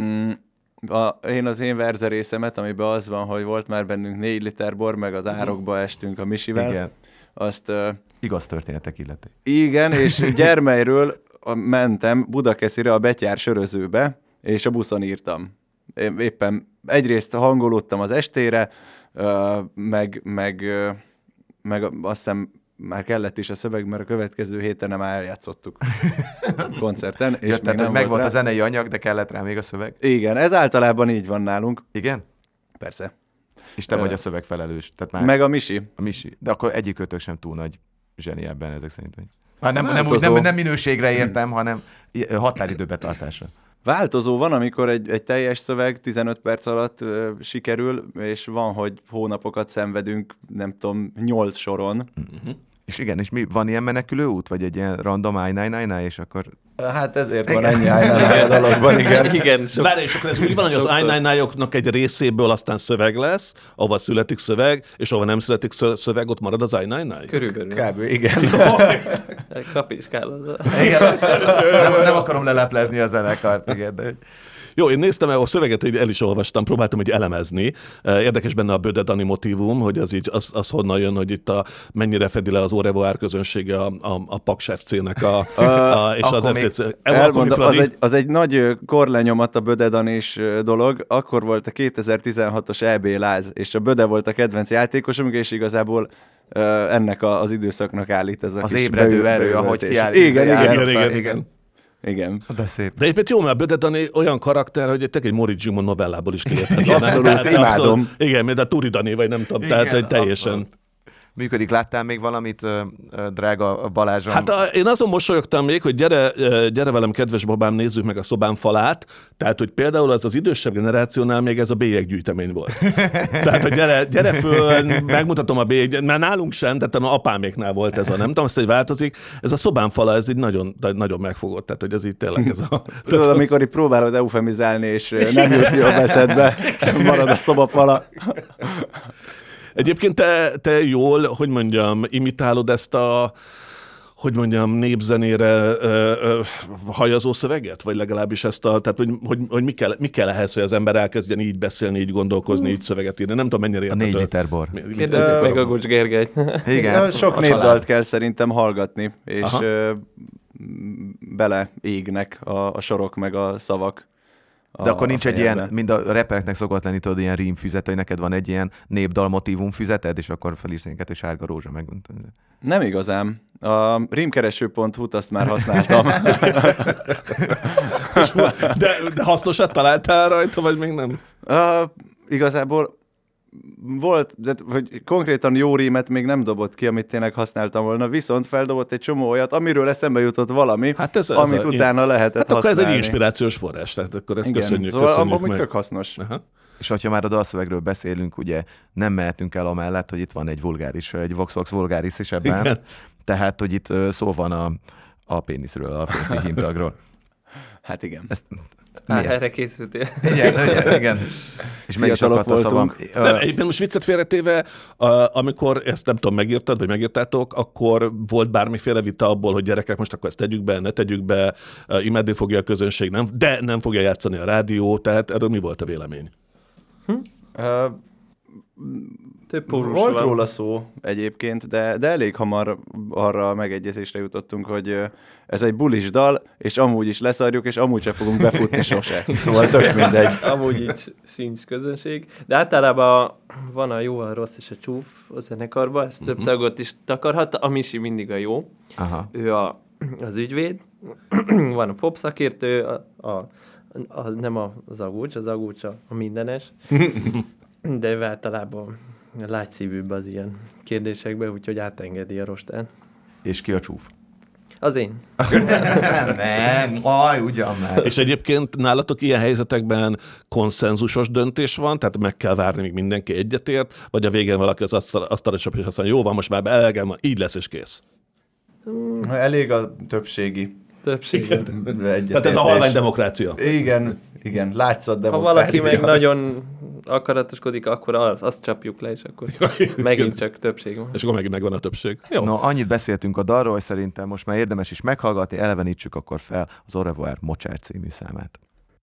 Én verze részemet, amiben az van, hogy volt már bennünk 4 liter bor, meg az árokba estünk a Misivel. Igen. Azt, igaz történetek illeti. Igen, és Gyermelyről mentem Budakeszire a Betyár sörözőbe, és a buszon írtam. Én éppen egyrészt hangolódtam az estére, meg azt hiszem már kellett is a szöveg, mert a következő héten nem eljátszottuk koncerten. És tehát meg volt a zenei anyag, de kellett rá még a szöveg? Igen, ez általában így van nálunk. Igen? Persze. És te vagy a szövegfelelős. Tehát már meg a Misi. A Misi. De akkor egyikőtök sem túl nagy zseni ebben ezek szerint. Nem minőségre értem, hanem határidőbetartásra. Változó van, amikor egy teljes szöveg 15 perc alatt sikerül, és van, hogy hónapokat szenvedünk, nem tudom, 8 soron. És igen, és van ilyen menekülő út, vagy egy ilyen random I-9-9, és akkor... Hát ezért van ennyi I-9 a dologban, igen. Igen. Várj, és akkor ez úgy van, hogy az I-9-9-oknak egy részéből aztán szöveg lesz, ahova születik szöveg, és ahova nem születik szöveg, ott marad az I-9-9? Körülbelül. Kb. Igen. Kapiskál. Igen, nem akarom leleplezni a zenekart, igen, de... Jó, én néztem a szöveget, el is olvastam, próbáltam így elemezni. Érdekes benne a Böde Dani motívum, hogy az honnan jön, hogy itt mennyire fedi le az Au revoir közönsége a Paks FC-nek és az FTC. Az egy nagy korlenyomat a Böde Danis dolog. Akkor volt a 2016-os EB láz, és a Böde volt a kedvenc játékosom, és igazából ennek az időszaknak állít ez a Az kis ébredő erő, ahogy beültetés. kiáll. Igen. De szép. De egyébként jó, mert Böde Dani olyan karakter, hogy egy Móricz Zsigmond novellából is kiléphet. Abszolút, imádom. Igen, mint a Turi Dani, vagy nem tudom, Igen, tehát teljesen... abszolút. Működik. Láttál még valamit, drága Balázsom? Hát én azon mosolyogtam még, hogy gyere velem, kedves babám, nézzük meg a szobám falát. Tehát, hogy például az idősebb generációnál még ez a bélyeggyűjtemény volt. Tehát, hogy gyere föl, megmutatom a bélyeg, már nálunk sem, tehát a apáméknál volt ez a, nem tudom, ezt hogy változik. Ez a szobám fala, ez így nagyon, nagyon megfogott. Tehát, hogy ez így tényleg ez a... Tudod, amikor így próbálod eufemizálni, és nem jut jobb eszedbe, marad a szobafala. Egyébként te jól, hogy mondjam, imitálod ezt a, hogy mondjam, népzenére hajazó szöveget? Vagy legalábbis ezt a, tehát hogy mi kell ehhez, hogy az ember elkezdjen így beszélni, így gondolkozni, így szöveget írni? Nem tudom, mennyire érted. A 4 liter bor. Kérdezzük meg a Gucs Gergelyt. Igen. Sok népdalt kell szerintem hallgatni, és beleégnek a sorok meg a szavak. De akkor nincs egy ilyen, mind a rappereknek szokott lenni, tudod, ilyen rímfüzet, hogy neked van egy ilyen népdal motivum füzeted, és akkor felírsz egy sárga rózsa meg. Nem igazán. A rímkereső.hu-t azt már használtam. de hasznosat találtál rajta, vagy még nem? Igazából volt, de hogy konkrétan jó rímet még nem dobott ki, amit tényleg használtam volna, viszont feldobott egy csomó olyat, amiről eszembe jutott valami, hát amit utána lehetett használni. Akkor ez egy inspirációs forrás, tehát akkor ezt köszönjük. Szóval köszönjük meg. Tök hasznos. Aha. És hogyha már a dalszövegről beszélünk, ugye nem mehetünk el amellett, hogy itt van egy vulgáris, egy Vox vulgáris is ebben. Igen. Tehát, hogy itt szó van a péniszről, a férfi hímtagról. Hát igen. Erre készültél. Igen. És meg is akadt a szavam. Egyébként most viccet félretéve, amikor ezt nem tudom, megírtad, vagy megírtátok, akkor volt bármiféle vita abból, hogy gyerekek, most akkor ezt tegyük be, ne tegyük be, imádni fogja a közönség, de nem fogja játszani a rádió, tehát erről mi volt a vélemény? Volt róla szó egyébként, de elég hamar arra megegyezésre jutottunk, hogy ez egy bulis dal, és amúgy is leszarjuk, és amúgy sem fogunk befutni sose. Szóval tök mindegy. Amúgy így sincs közönség. De általában van a jó, a rossz és a csúf a zenekarban, ez több tagot is takarhat. A Misi mindig a jó. Aha. Ő az ügyvéd. Van a pop szakértő, nem az Agúcs, a mindenes. De ő általában lágyszívűbb az ilyen kérdésekben, úgyhogy átengedi a rostát. És ki a csúf? Az én. Nem, ugyan már. És egyébként nálatok ilyen helyzetekben konszenzusos döntés van, tehát meg kell várni, míg mindenki egyetért, vagy a végén valaki az asztalra csapja, és azt mondja, jó van, most már elegem van, így lesz és kész. Elég a többségi. Tehát ez a halvány demokrácia. Igen, látszat demokrácia. Ha valaki meg nagyon akaratoskodik, akkor azt csapjuk le, és akkor megint csak többség van. És akkor megint megvan a többség. Jó. No, annyit beszéltünk a dalról, hogy szerintem most már érdemes is meghallgatni, elevenítsük akkor fel az Au revoir Mocsár című számát.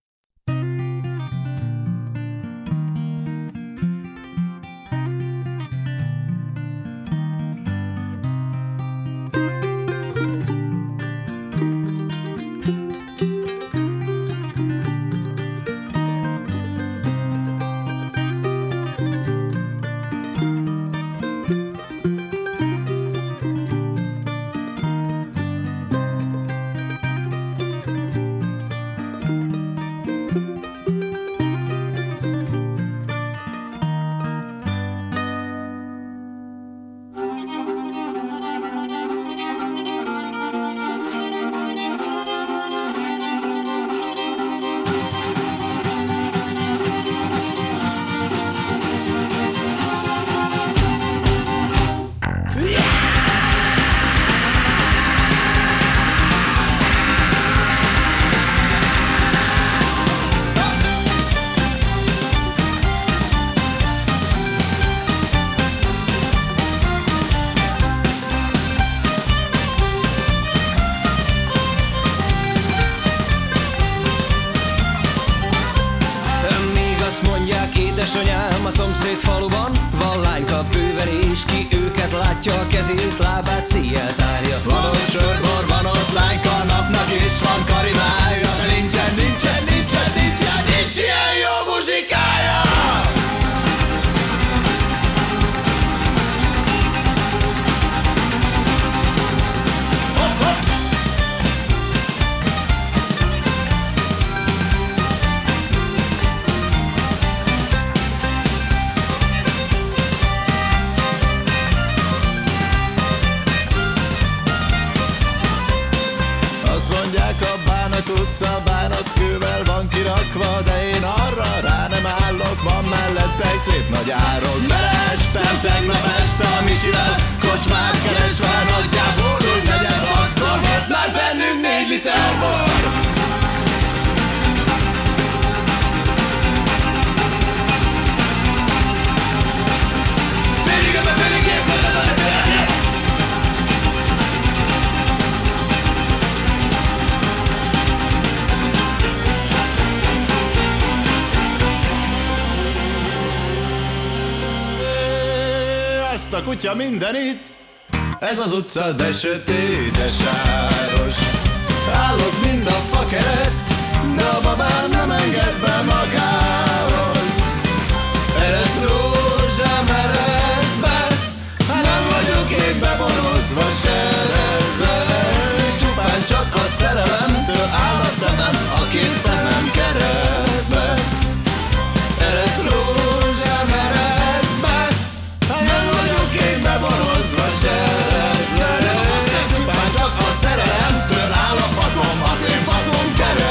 Édesanyám a szomszéd faluban, van lányka bőven és ki őket látja, a kezét, lábát széjjel tárja. Van ott sörbor, van ott lányka, napnak is van karimája, de nincsen ilyen jó muzsikája. Bánat utca, bánat kővel van kirakva, de én arra rá nem állok, van mellette egy szép nagy árok. Beleestem tegnap este a Misivel, kocsmát keresve, nagyjából úgy 4-6-kor volt már bennünk 4 liter bor. Ezt a kutya mindenit, ez az utca, de sötét, de sáros. Állok mind a fakereszt, de a babám nem enged be magához. Eresz rózsám, eresz be, nem vagyok én beborozva, serezve. Csupán csak a szerelemtől áll a szemem, a 2 szemem keresztbe. Eresz rózsám, eresz be, nem vagyok én beborozva, serezve. Csupán csak a szerelemtől áll a faszom, az én faszom keresztbe.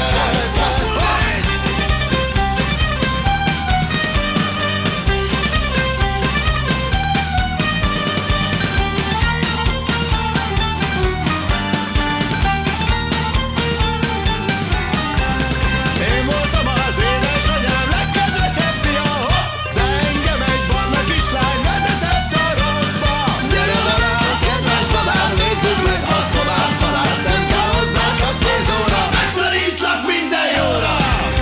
Én voltam az édesanyám legkedvesebb fia, de engem egy barna kislány vezetett a rosszba. Gyere velem, kedves babám, nézzük meg a szobám falát, nem kell hozzá csak 10 óra, megtanítlak minden jóra.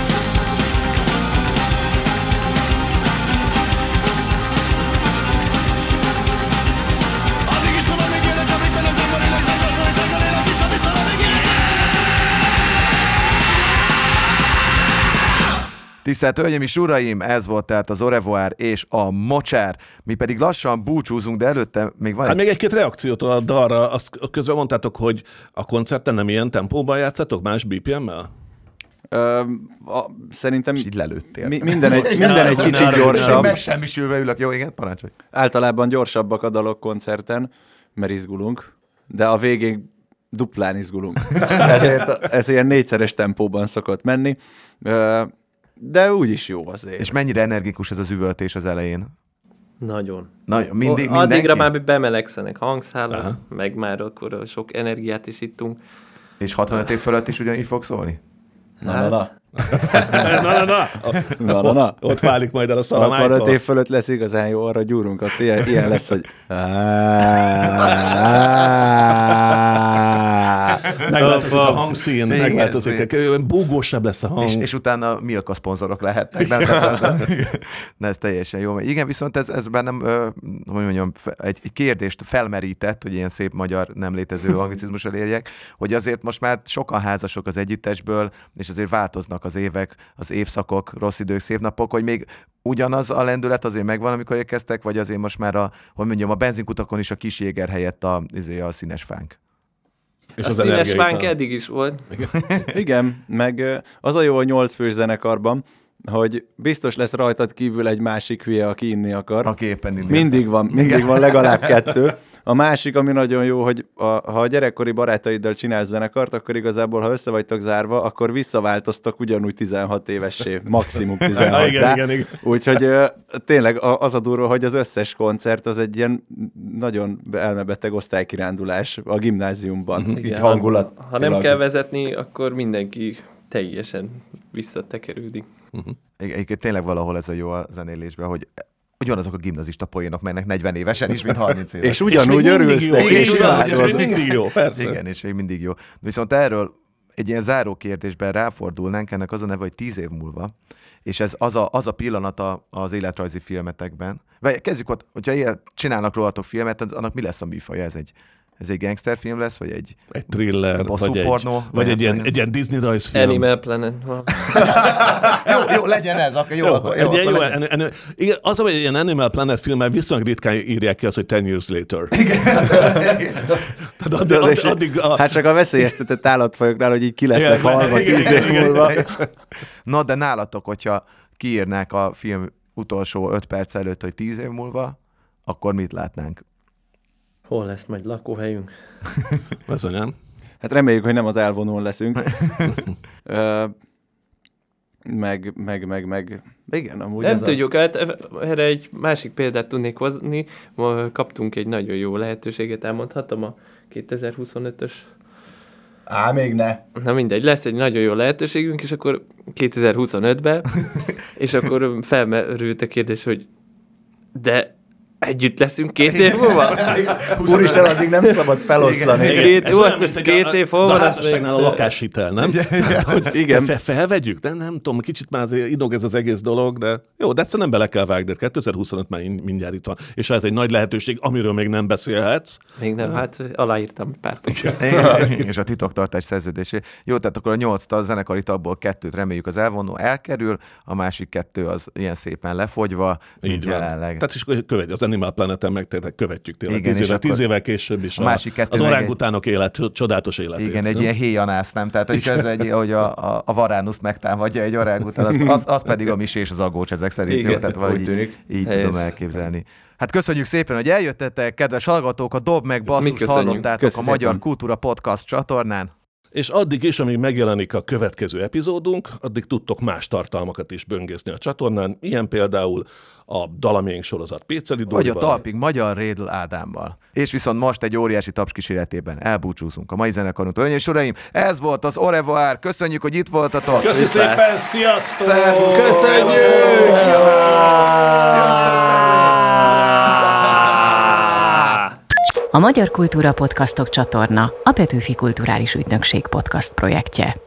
Addig is szóval még élek, amíg velem szemben élek, szemben szól, szemben élek, vissza-vissza, amíg élek. Tisztelt Hölgyeim és Uraim, ez volt tehát az Au revoir és a Mocsár. Mi pedig lassan búcsúzunk, de előtte még van Hát még egy-két reakciót a dalra, azt közben mondtátok, hogy a koncerten nem ilyen tempóban játszatok, más BPM-mel? Szerintem És így lelőttél. minden egy kicsit gyorsabb. Megsemmisülve ülök. Jó, igen, parancsolj. Általában gyorsabbak a dalok koncerten, mert izgulunk, de a végén duplán izgulunk. Ezért ez ilyen 4-szeres tempóban szokott menni, de úgyis jó azért. És mennyire energikus ez az üvöltés az elején? Nagyon. Mindig, Addigra mindenki? már bemelegszenek hangszálak, meg már akkor sok energiát is ittunk. És 65 év fölött is ugyanígy fog szólni? Na. Ott válik majd el a szalamájtól. 65 év fölött lesz igazán jó, arra gyúrunk, ott ilyen lesz, hogy megváltozik a hangszín, megváltozik, búgósabb lesz a hang. És utána Milka szponzorok lehetnek. Nem? Ez teljesen jó. Igen, viszont ez bennem, hogy mondjam, egy kérdést felmerített, hogy ilyen szép magyar nem létező anglicizmussal érjek, hogy azért most már sokan házasok az együttesből, és azért változnak az évek, az évszakok, rossz idők, szép napok, hogy még ugyanaz a lendület azért megvan, amikor érkeztek, vagy azért most már a benzinkutakon is a kis jéger helyett a színes fánk. És a színes fánk eddig is volt. Igen, meg az a jó a 8 fős zenekarban, hogy biztos lesz rajtad kívül egy másik hülye, aki inni akar. Aki éppen inni. Mindig van legalább 2. A másik, ami nagyon jó, hogy ha a gyerekkori barátaiddal csinálsz zenekart, akkor igazából, ha össze vagytok zárva, akkor visszaváltoztok ugyanúgy 16 évessé, maximum 16. Igen. Úgyhogy tényleg az a durva, hogy az összes koncert az egy ilyen nagyon elmebeteg osztálykirándulás a gimnáziumban. Így hangulat. Ha nem kell vezetni, akkor mindenki teljesen visszatekerődik. Egyébként tényleg valahol ez a jó a zenélésben, hogy ugyanazok a gimnazista poénok mennek 40 évesen is, mint 30 évesen. És ugyanúgy örülsz neki, és még mindig jó, persze. Igen, és még mindig jó. Viszont erről egy ilyen záró kérdésben ráfordulnánk, ennek az a neve, hogy 10 év múlva, és ez az a pillanata az életrajzi filmetekben. Vagy kezdjük ott, hogyha csinálnak rólatok filmet, annak mi lesz a műfaja? Ez egy gangsterfilm lesz, vagy egy thriller, vagy egy ilyen Disney rajzfilm. Animal Planet. jó, legyen ez, akkor jó. Igen, az, hogy egy ilyen Animal Planet filmmel viszonylag ritkán írják ki azt, hogy 10 years later. Hát csak a veszélyeztetett állatfajoknál, hogy így ki lesznek halva 10 év múlva. Na, de nálatok, hogyha kiírnák a film utolsó 5 perc előtt, hogy 10 év múlva, akkor mit látnánk? Hol lesz majd lakóhelyünk? Bizonyám. Hát reméljük, hogy nem az elvonón leszünk. Meg, igen, amúgy nem tudjuk, hát erre egy másik példát tudnék hozni. Kaptunk egy nagyon jó lehetőséget, elmondhatom a 2025-ös. Még ne. Na mindegy, lesz egy nagyon jó lehetőségünk, és akkor 2025-ben, és akkor felmerült a kérdés, hogy de együtt leszünk 2 év múlva? Úristen, addig nem szabad feloszlani. Két év múlva. Az a házasságnál a lakáshitel, nem? Igen. Felvegyük? De nem tudom, kicsit már azért idog ez az egész dolog, de jó, de egyszerűen nem bele kell vágni, 2025 már mindjárt itt van. És ha ez egy nagy lehetőség, amiről még nem beszélhetsz. Még nem, hát aláírtam pár És a titoktartás szerződésé. Jó, tehát akkor a 8 zenekari tagból 2-t reméljük az elvonó elkerül, a másik 2 az ilyen szépen lefogyva, így jelenleg. Tehát is követjük, az Animal Planeten meg követjük tényleg. Igen, 10 évvel később is a másik 2 az orangutánok csodálatos életét. Igen, egy ilyen héjanász, nem? Tehát hogy a varánuszt megtámadja egy orángután, az pedig a Misi és az Agócs ezek szerint. Igen, jó, tehát valahogy így tudom elképzelni. Hát köszönjük szépen, hogy eljöttetek, kedves hallgatók, a Dob meg Basszus hallottátok a Magyar Kultúra Podcast csatornán. És addig is, amíg megjelenik a következő epizódunk, addig tudtok más tartalmakat is böngészni a csatornán, ilyen például a Dalaménk sorozat Péceli Dórival. Vagy a Talpig Magyar Rédl Ádámmal. És viszont most egy óriási taps kíséretében elbúcsúzunk a mai zenekarunktól. Hölgyeim és uraim, ez volt az Au revoir. Köszönjük, hogy itt voltatok. Köszönjük szépen, sziasztok! Köszönjük! A Magyar Kultúra Podcastok csatorna a Petőfi Kulturális Ügynökség podcast projektje.